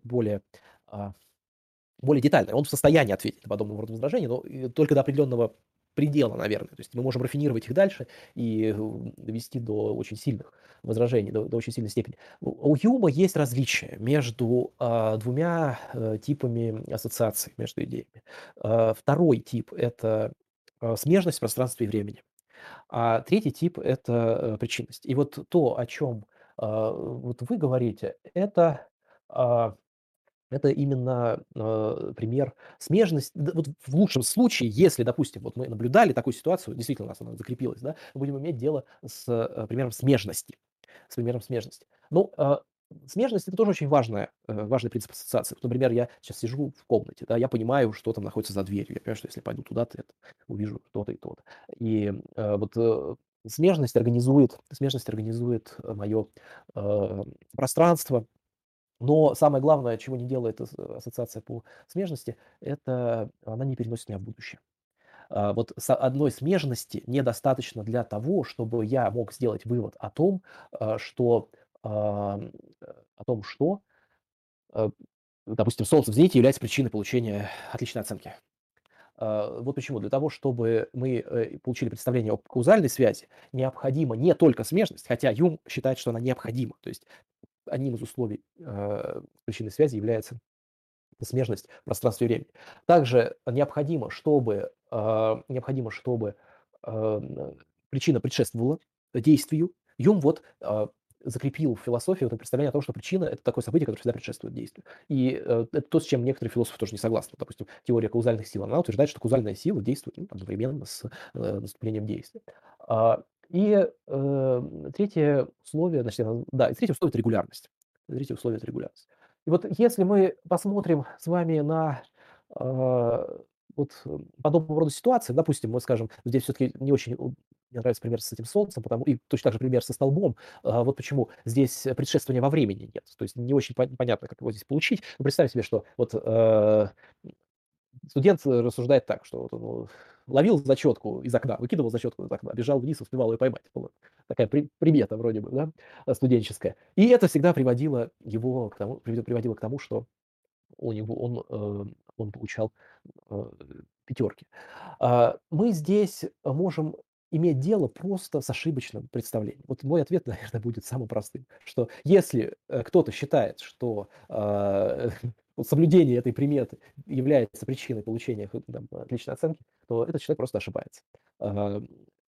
более детально. Он в состоянии ответить на подобного рода возражения, но только до определенного предела, наверное. То есть мы можем рафинировать их дальше и довести до очень сильных возражений, до очень сильной степени. У Юма есть различия между двумя типами ассоциаций между идеями. Второй тип – это смежность в пространстве и времени, а третий тип – это причинность. И вот то, о чем вот вы говорите, это именно пример смежности. Вот в лучшем случае, если, допустим, вот мы наблюдали такую ситуацию, действительно у нас она закрепилась, да, мы будем иметь дело с примером смежности. С примером смежности. Ну, Смежность — это тоже очень важный принцип ассоциации. Вот, например, я сейчас сижу в комнате, да, я понимаю, что там находится за дверью. Я понимаю, что если пойду туда-то, это увижу то-то и то-то. И, смежность организует мое пространство. Но самое главное, чего не делает ассоциация по смежности — это она не переносит меня в будущее. Вот одной смежности недостаточно для того, чтобы я мог сделать вывод а, что, ам, о том, что, э, допустим, солнце в зените является причиной получения отличной оценки. Вот почему. Для того, чтобы мы получили представление о каузальной связи, необходима не только смежность, хотя Юм считает, что она необходима. То есть одним из условий причинной связи является смежность в пространстве и времени. Также необходимо, чтобы причина предшествовала действию. Юм закрепил в философии вот это представление о том, что причина — это такое событие, которое всегда предшествует действию. И это то, с чем некоторые философы тоже не согласны. Допустим, теория каузальных сил, она утверждает, что каузальная сила действует одновременно с наступлением действия. А, Третье условие, значит, да, и третье условие — это регулярность. Третье условие — это регулярность. И вот если мы посмотрим с вами на подобного рода ситуации, допустим, мы скажем, здесь все-таки не очень мне нравится пример с этим солнцем, и точно так же пример со столбом. Вот почему здесь предшествования во времени нет. То есть не очень понятно, как его здесь получить. Но представь себе, что студент рассуждает так, что вот он ловил зачетку из окна, выкидывал зачетку из окна, бежал вниз, успевал ее поймать. Была такая примета вроде бы, да, студенческая. И это всегда приводило к тому, что у него он получал пятерки. Мы здесь можем иметь дело просто с ошибочным представлением. Вот мой ответ, наверное, будет самым простым, что если кто-то считает, что вот соблюдение этой приметы является причиной получения там, отличной оценки, то этот человек просто ошибается. А,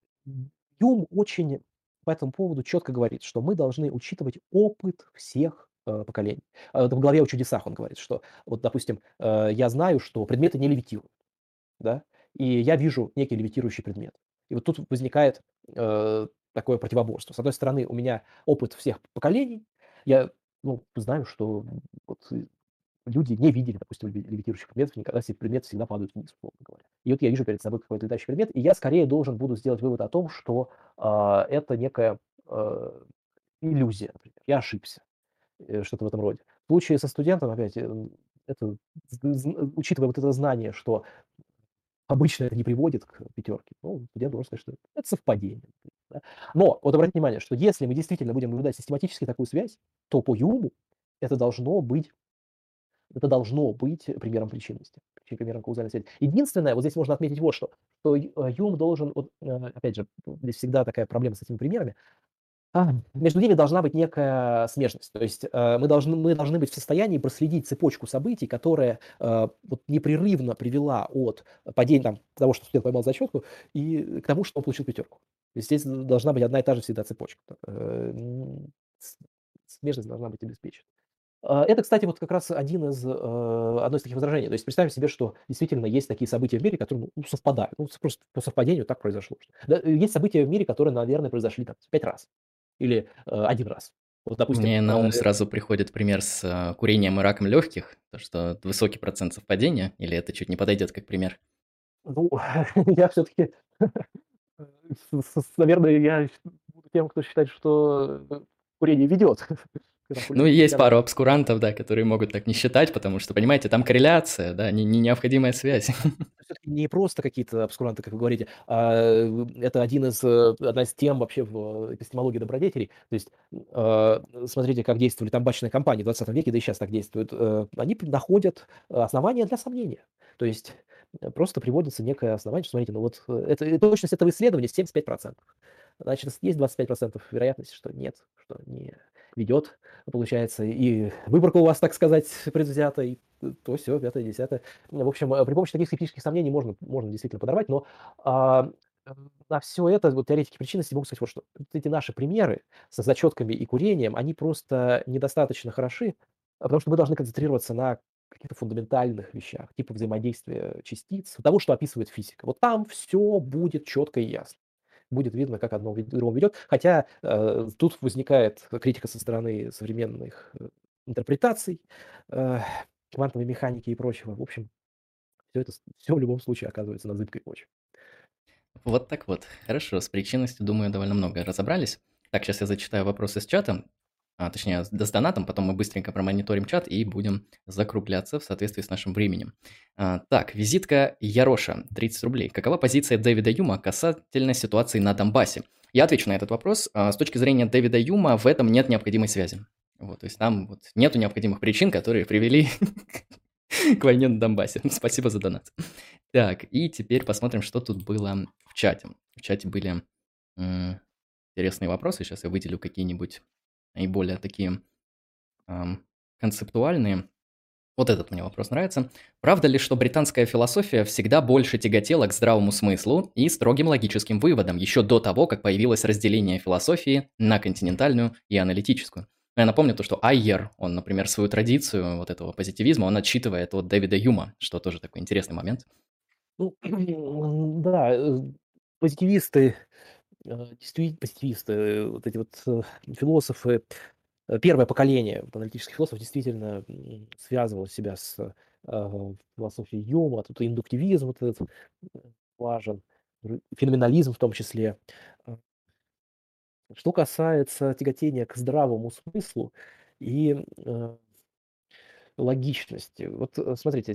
Юм очень по этому поводу четко говорит, что мы должны учитывать опыт всех поколений. Вот в главе о чудесах он говорит, что вот, допустим, я знаю, что предметы не левитируют, да, и я вижу некий левитирующий предмет. И вот тут возникает такое противоборство. С одной стороны, у меня опыт всех поколений, я знаю, что вот люди не видели, допустим, левитирующих предметов, никогда все предметы всегда падают вниз, условно говоря. И вот я вижу перед собой какой-то летающий предмет, и я скорее должен буду сделать вывод о том, что это некая иллюзия, например. Я ошибся, что-то в этом роде. В случае со студентом, опять, это, учитывая вот это знание, что обычно это не приводит к пятерке, студент должен сказать, что это совпадение. Да? Но вот обратите внимание, что если мы действительно будем наблюдать систематически такую связь, то по Юму это должно быть это должно быть примером причинности, примером каузальной связи. Единственное, вот здесь можно отметить вот что Юм должен, опять же, здесь всегда такая проблема с этими примерами, между ними должна быть некая смежность. То есть мы должны быть в состоянии проследить цепочку событий, которая вот непрерывно привела от падения, там, того, что студент поймал зачетку, и к тому, что он получил пятерку. То есть здесь должна быть одна и та же всегда цепочка. С- Смежность должна быть обеспечена. Это, кстати, вот как раз одно из таких возражений. То есть представим себе, что действительно есть такие события в мире, которые совпадают. Просто по совпадению так произошло. Да, есть события в мире, которые, наверное, произошли там 5 раз или 1 раз. Вот, допустим, Мне на ум сразу приходит пример с курением и раком легких, то что высокий процент совпадения, или это чуть не подойдет как пример? ну, я все-таки, наверное, я буду тем, кто считает, что курение ведет к Ну, раку и легких и есть пару раку. обскурантов, да, которые могут так не считать, потому что, понимаете, там корреляция, да, не необходимая связь. Всё-таки не просто какие-то обскуранты, как вы говорите, это одна из тем вообще в эпистемологии добродетелей. То есть, смотрите, как действовали табачные компании в 20 веке, да и сейчас так действуют. Они находят основания для сомнения. То есть, просто приводится некое основание, что смотрите, точность этого исследования 75%. Значит, есть 25% вероятности, что нет, что не ведет, получается, и выборка у вас, так сказать, предвзята, и то все, пятое, десятое. В общем, при помощи таких скептических сомнений можно действительно подорвать, но а, на все это вот теоретики причинности могут сказать вот что. Вот эти наши примеры со зачетками и курением, они просто недостаточно хороши, потому что мы должны концентрироваться на каких-то фундаментальных вещах, типа взаимодействия частиц, того, что описывает физика. Вот там все будет четко и ясно. будет видно, как одно другому ведет. Хотя тут возникает критика со стороны современных интерпретаций, э, квантовой механики и прочего. В общем, все в любом случае оказывается на зыбкой почве. Вот так вот. Хорошо, с причинностью, думаю, довольно много разобрались. Так, сейчас я зачитаю вопросы с чата, точнее, с донатом, потом мы быстренько промониторим чат и будем закругляться в соответствии с нашим временем. Так, визитка Яроша, 30 рублей. Какова позиция Дэвида Юма касательно ситуации на Донбассе? Я отвечу на этот вопрос. С точки зрения Дэвида Юма в этом нет необходимой связи. Вот, то есть там вот нету необходимых причин, которые привели к войне на Донбассе. Спасибо за донат. Так, и теперь посмотрим, что тут было в чате. В чате были интересные вопросы. Сейчас я выделю какие-нибудь наиболее такие концептуальные. Вот этот мне вопрос нравится. Правда ли, что британская философия всегда больше тяготела к здравому смыслу и строгим логическим выводам, еще до того, как появилось разделение философии на континентальную и аналитическую? Я напомню то, что Айер, он, например, свою традицию вот этого позитивизма, он отчитывает от Дэвида Юма, что тоже такой интересный момент. Ну, да, позитивисты, действительно позитивисты, вот эти вот философы, первое поколение вот аналитических философов действительно связывало себя с философией Юма, тут и индуктивизм вот этот важен, феноменализм в том числе. А, Что касается тяготения к здравому смыслу и логичности, вот смотрите,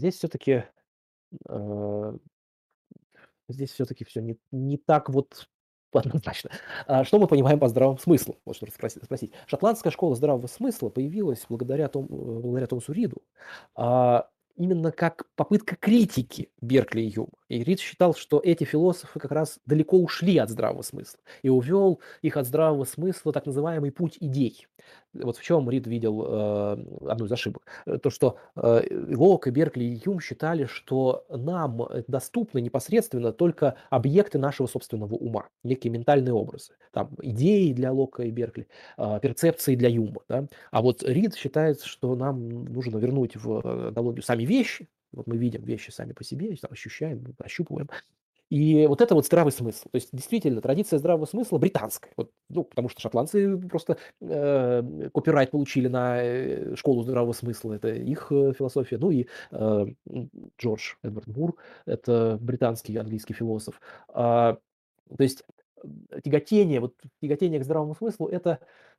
здесь все-таки все не так вот однозначно. Что мы понимаем по здравому смыслу? Вот что спросить. Шотландская школа здравого смысла появилась благодаря Томасу Риду, именно как попытка критики Беркли и Юма. И Рид считал, что эти философы как раз далеко ушли от здравого смысла и увел их от здравого смысла так называемый путь идей. Вот в чем Рид видел одну из ошибок. То, что Лок и Беркли и Юм считали, что нам доступны непосредственно только объекты нашего собственного ума, некие ментальные образы, там, идеи для Лока и Беркли, перцепции для Юма. Да? А вот Рид считает, что нам нужно вернуть в аналогию сами вещи. Вот мы видим вещи сами по себе, там, ощущаем, ощупываем. И вот это вот здравый смысл. То есть действительно традиция здравого смысла британская. Вот, ну, потому что шотландцы просто копирайт получили на школу здравого смысла. Это их философия. Ну и Джордж Эдвард Мур, это британский английский философ. То есть тяготение к здравому смыслу – это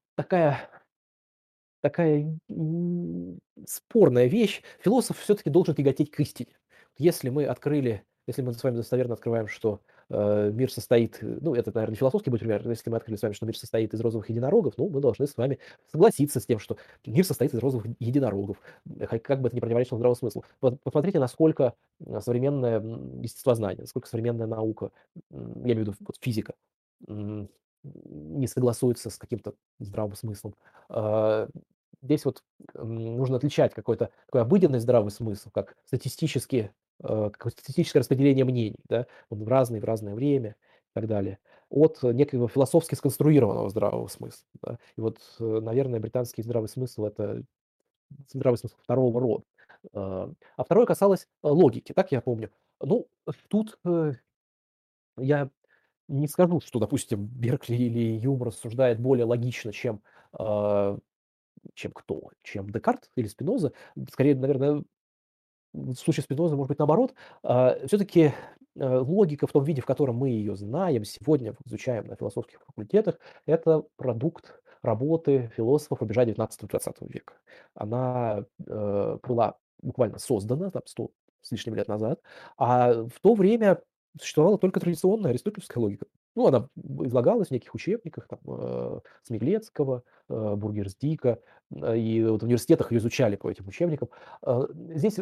такая спорная вещь. Философ все-таки должен тяготеть к истине. Если мы с вами достоверно открываем, что мир состоит, ну, это, наверное, не философский будет пример, но если мы открыли с вами, что мир состоит из розовых единорогов, ну, мы должны с вами согласиться с тем, что мир состоит из розовых единорогов, как бы это ни противоречило здравому смыслу. Посмотрите, насколько современное естествознание, насколько современная наука, я имею в виду вот, физика, не согласуется с каким-то здравым смыслом. А, Здесь вот нужно отличать какой-то такой обыденный здравый смысл, как какое-то статистическое распределение мнений, да, вот в разное время и так далее, от некого философски сконструированного здравого смысла. Да. И вот, наверное, британский здравый смысл – это здравый смысл второго рода. А второе касалось логики, так я помню. Ну, тут я не скажу, что, допустим, Беркли или Юм рассуждает более логично, а, чем кто? Чем Декарт или Спиноза. Скорее, наверное, в случае Спинозы, может быть, наоборот. Все-таки логика в том виде, в котором мы ее знаем, сегодня изучаем на философских факультетах, это продукт работы философов рубежа 19-20 века. Она была буквально создана там, 100 с лишним лет назад, а в то время существовала только традиционная аристотельская логика. Ну, она излагалась в неких учебниках там, Смиглецкого, Бургерсдика, и вот в университетах ее изучали по этим учебникам. Здесь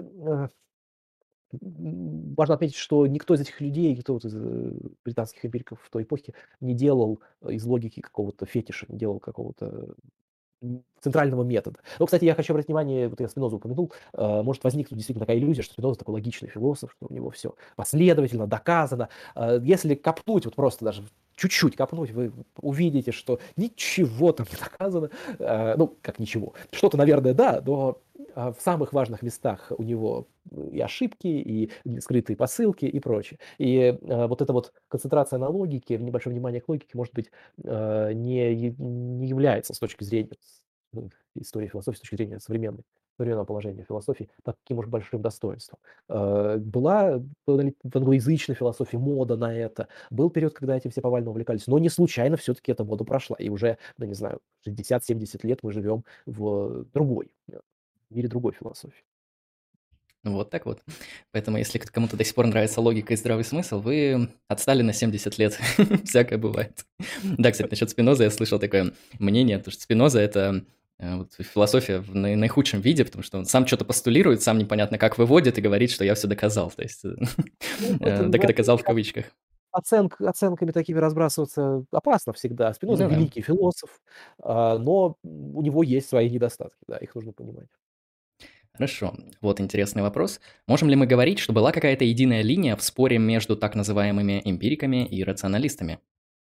важно отметить, что никто из этих людей, никто вот из британских эмпириков в той эпохе не делал из логики какого-то фетиша, не делал какого-то центрального метода. Но, кстати, я хочу обратить внимание, вот я Спинозу упомянул, может возникнуть действительно такая иллюзия, что Спиноза такой логичный философ, что у него все последовательно, доказано. Если копнуть вот просто даже чуть-чуть копнуть, вы увидите, что ничего там не доказано. Ну, как ничего. Что-то, наверное, да, но в самых важных местах у него и ошибки, и скрытые посылки, и прочее. И вот эта вот концентрация на логике, небольшое внимание к логике, может быть, не является с точки зрения истории философии, с точки зрения современного положения философии, таким уж большим достоинством. Была в англоязычной философии мода на это. Был период, когда этим все повально увлекались, но не случайно все-таки эта мода прошла. И уже, да не знаю, 60-70 лет мы живем в мире другой философии. Ну, вот так вот. Поэтому, если кому-то до сих пор нравится логика и здравый смысл, вы отстали на 70 лет. Всякое бывает. Да, кстати, насчет Спиноза я слышал такое мнение, потому что Спиноза – это вот философия в наихудшем виде, потому что он сам что-то постулирует, сам непонятно как выводит и говорит, что я все доказал. То есть, Ну, это, так и знаете, доказал в кавычках. оценками такими разбрасываться опасно всегда. Спиноза Ну да. великий философ, но у него есть свои недостатки, да, их нужно понимать. Хорошо. Вот интересный вопрос. Можем ли мы говорить, что была какая-то единая линия в споре между так называемыми эмпириками и рационалистами?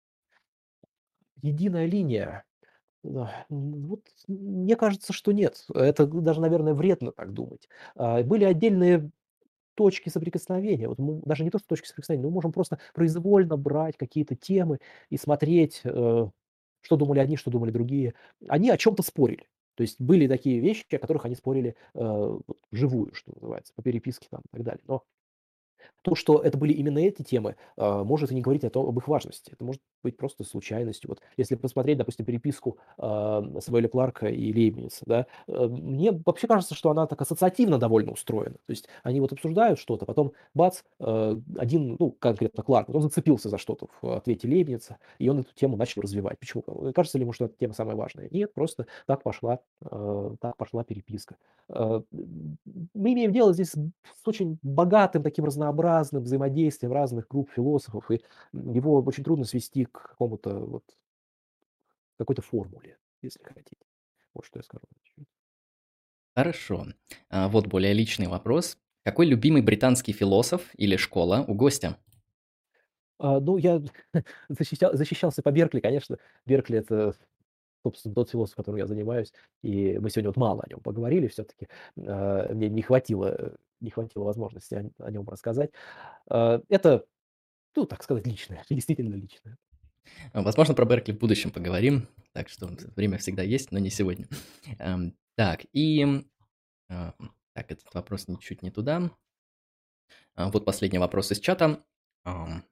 Единая линия. Вот мне кажется, что нет. Это даже, наверное, вредно так думать. Были отдельные точки соприкосновения. Вот мы даже не то, что точки соприкосновения, но мы можем просто произвольно брать какие-то темы и смотреть, что думали одни, что думали другие. Они о чем то спорили. То есть были такие вещи, о которых они спорили, вот вживую, что называется, по переписке там и так далее. Но то, что это были именно эти темы, может и не говорить об их важности. Это может быть просто случайностью. Вот если посмотреть, допустим, переписку Самуэля Кларка и Лейбница, да, мне вообще кажется, что она так ассоциативно довольно устроена. То есть они вот обсуждают что-то, потом бац, один, ну, конкретно Кларк, вот он зацепился за что-то в ответе Лейбница, и он эту тему начал развивать. Почему? Кажется ли ему, что эта тема самая важная? Нет, просто так пошла переписка. Э, Мы имеем дело здесь с очень богатым, таким разнообразным взаимодействием разных групп философов, и его очень трудно свести к какому-то вот какой-то формуле, если хотите. Вот что я скажу. Хорошо. Вот более личный вопрос. Какой любимый британский философ или школа у гостя? Ну, я защищался по Беркли, конечно. Беркли — это, собственно, тот философ, которым я занимаюсь, и мы сегодня вот мало о нем поговорили все-таки. Мне не хватило возможности о нем рассказать. Это, ну, так сказать, личное, действительно личное. Возможно, про Беркли в будущем поговорим, так что время всегда есть, но не сегодня. Так, а, так, этот вопрос чуть не туда. Вот последний вопрос из чата. Ам,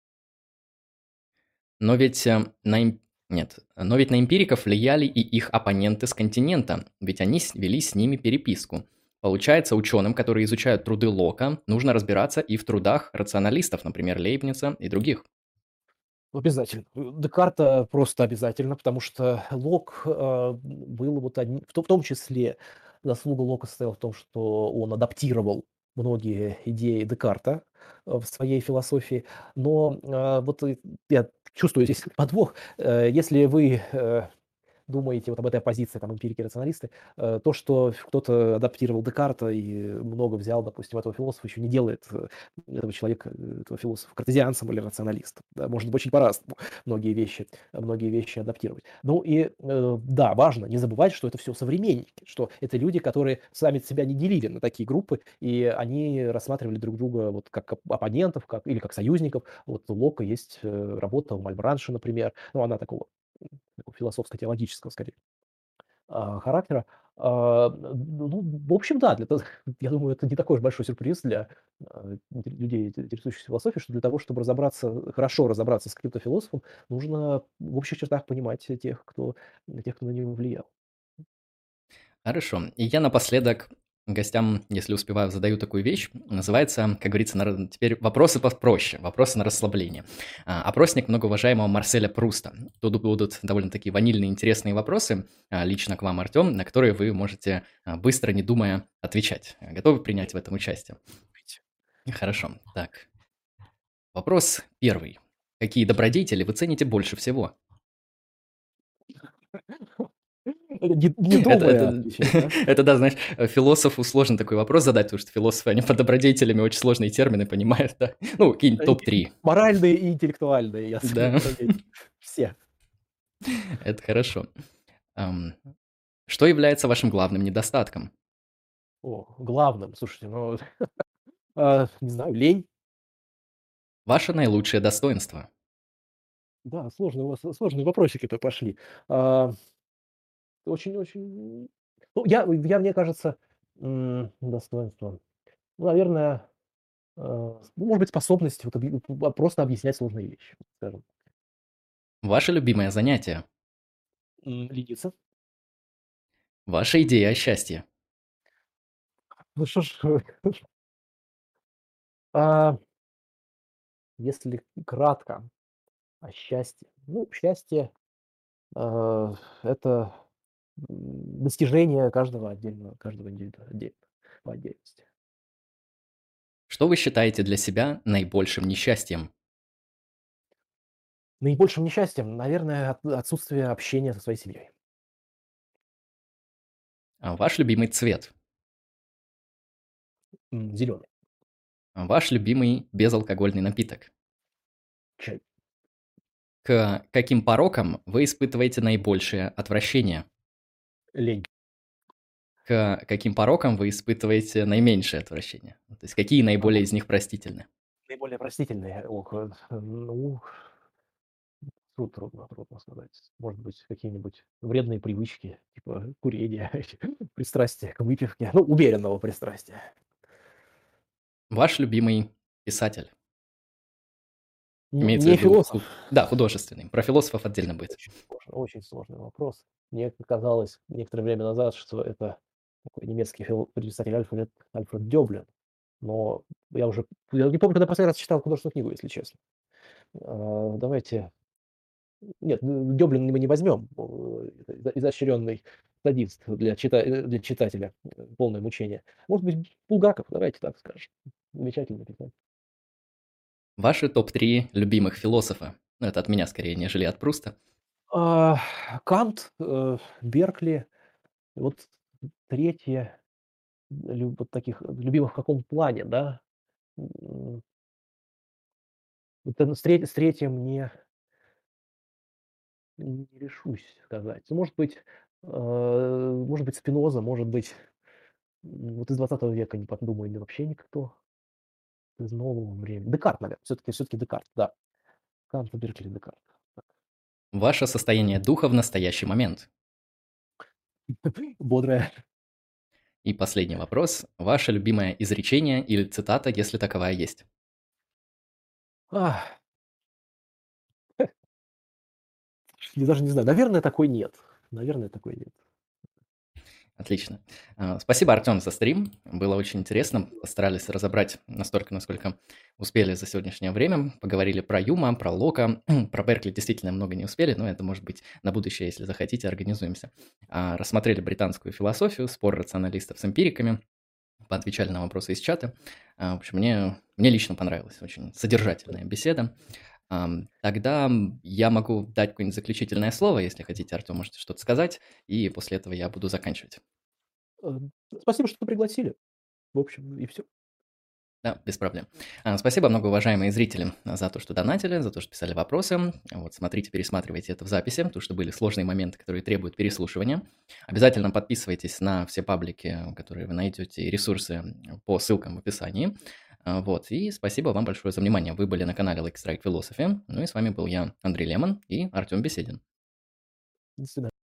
Но ведь нет, но ведь на эмпириков влияли и их оппоненты с континента, ведь они вели с ними переписку. Получается, ученым, которые изучают труды Лока, нужно разбираться и в трудах рационалистов, например, Лейбница и других. Обязательно. Декарта просто обязательно, потому что Лок, был вот одни в том числе заслуга Лока состояла в том, что он адаптировал многие идеи Декарта, в своей философии. Но, вот, я чувствую здесь подвох. Если вы, думаете вот об этой оппозиции, там, эмпирики-рационалисты, то, что кто-то адаптировал Декарта и много взял, допустим, этого философа, еще не делает этого человека, этого философа картезианцем или рационалистом. Да, можно очень по-разному многие вещи адаптировать. Ну и, да, важно не забывать, что это все современники, что это люди, которые сами себя не делили на такие группы, и они рассматривали друг друга вот как оппонентов, или как союзников. Вот у Лока есть работа, у Мальбранша, например, ну, она такого философско-теологического, скорее, характера. Ну, в общем, да, я думаю, это не такой уж большой сюрприз для людей, интересующихся философией, что для того, чтобы хорошо разобраться с каким-то философом, нужно в общих чертах понимать тех, кто на него влиял. Хорошо. И я напоследок гостям, если успеваю, задаю такую вещь. Называется, как говорится, теперь вопросы попроще, вопросы на расслабление. Опросник многоуважаемого Марселя Пруста. Тут будут довольно-таки ванильные интересные вопросы, лично к вам, Артем, на которые вы можете быстро, не думая, отвечать. Готовы принять в этом участие? Хорошо. Так, вопрос первый. Какие добродетели вы цените больше всего? Не Это, думая это, отвечать, да? это да, знаешь, философу сложно такой вопрос задать, потому что философы, они под добродетелями очень сложные термины понимают, да. Ну, какие-нибудь И топ-3. моральные, и интеллектуальные, я с Да, заметил. Все. это хорошо. Ам, Что является вашим главным недостатком? Главным, слушайте, ну, не знаю, лень. Ваше наилучшее достоинство? Да, сложные у вас сложные вопросики-то пошли. А, очень, ну, мне кажется, достоинство, ну, наверное, ну, может быть, способность вот просто объяснять сложные вещи, скажем. Ваше любимое занятие? Лениться. Ваша идея о счастье? Ну что ж, а, если кратко о счастье. Ну, счастье, это, достижение каждого индивида отдельно, по отдельности. Что вы считаете для себя наибольшим несчастьем? Наибольшим несчастьем, наверное, отсутствие общения со своей семьей. Ваш любимый цвет? Зеленый Ваш любимый безалкогольный напиток? чай, К каким порокам вы испытываете наибольшее отвращение? лень. К каким порокам вы испытываете наименьшее отвращение? Ну, то есть какие наиболее из них простительны? Наиболее простительные, ну, трудно сказать. Может быть, какие-нибудь вредные привычки, типа курения, пристрастие к выпивке, ну, умеренного пристрастия. Ваш любимый писатель? Имеется в Не виду философ. да, художественный. Про философов отдельно будет. Очень сложный вопрос. Мне казалось некоторое время назад, что это такой немецкий писатель Альфред Дёблин, но я не помню, когда последний раз читал художественную книгу, если честно. Давайте нет, Дёблина мы не возьмем, изощренный садист для читателя, полное мучение. Может быть, Булгаков, давайте так скажем. Замечательный писатель. Ваши топ-3 любимых философа? Ну, это от меня скорее, нежели от Пруста. А, Кант, Беркли. Вот третье, вот таких любимых в каком плане, да? М, вот это с третьим не решусь сказать. Ну, может быть, Спиноза, может быть, вот из 20 века не подумаю, или вообще никто из нового времени. Декарт, наверное, все таки Декарт, да. Кант, Беркли, Декарт. Ваше состояние духа в настоящий момент? Бодрая. И последний вопрос. Ваше любимое изречение или цитата, если таковая есть? Ах, я даже не знаю. Наверное, такой нет. Наверное, такой нет. Отлично. Спасибо, Артем, за стрим. Было очень интересно. Постарались разобрать настолько, насколько успели за сегодняшнее время. Поговорили про Юма, про Лока. Про Беркли действительно много не успели, но это может быть на будущее, если захотите, организуемся. Рассмотрели британскую философию, спор рационалистов с эмпириками, поотвечали на вопросы из чата. В общем, мне лично понравилась очень содержательная беседа. Тогда я могу дать какое-нибудь заключительное слово, если хотите, Артем, можете что-то сказать, и после этого я буду заканчивать. Э, Спасибо, что пригласили. В общем, и все. Да, без проблем. Спасибо, многоуважаемые зрители, за то, что донатили, за то, что писали вопросы. Вот, смотрите, пересматривайте это в записи, потому что были сложные моменты, которые требуют переслушивания. Обязательно подписывайтесь на все паблики, которые вы найдете, и ресурсы по ссылкам в описании. Вот, и спасибо вам большое за внимание. Вы были на канале Like Strike Philosophy. Ну и с вами был я, Андрей Лемон и Артем Беседин. До свидания.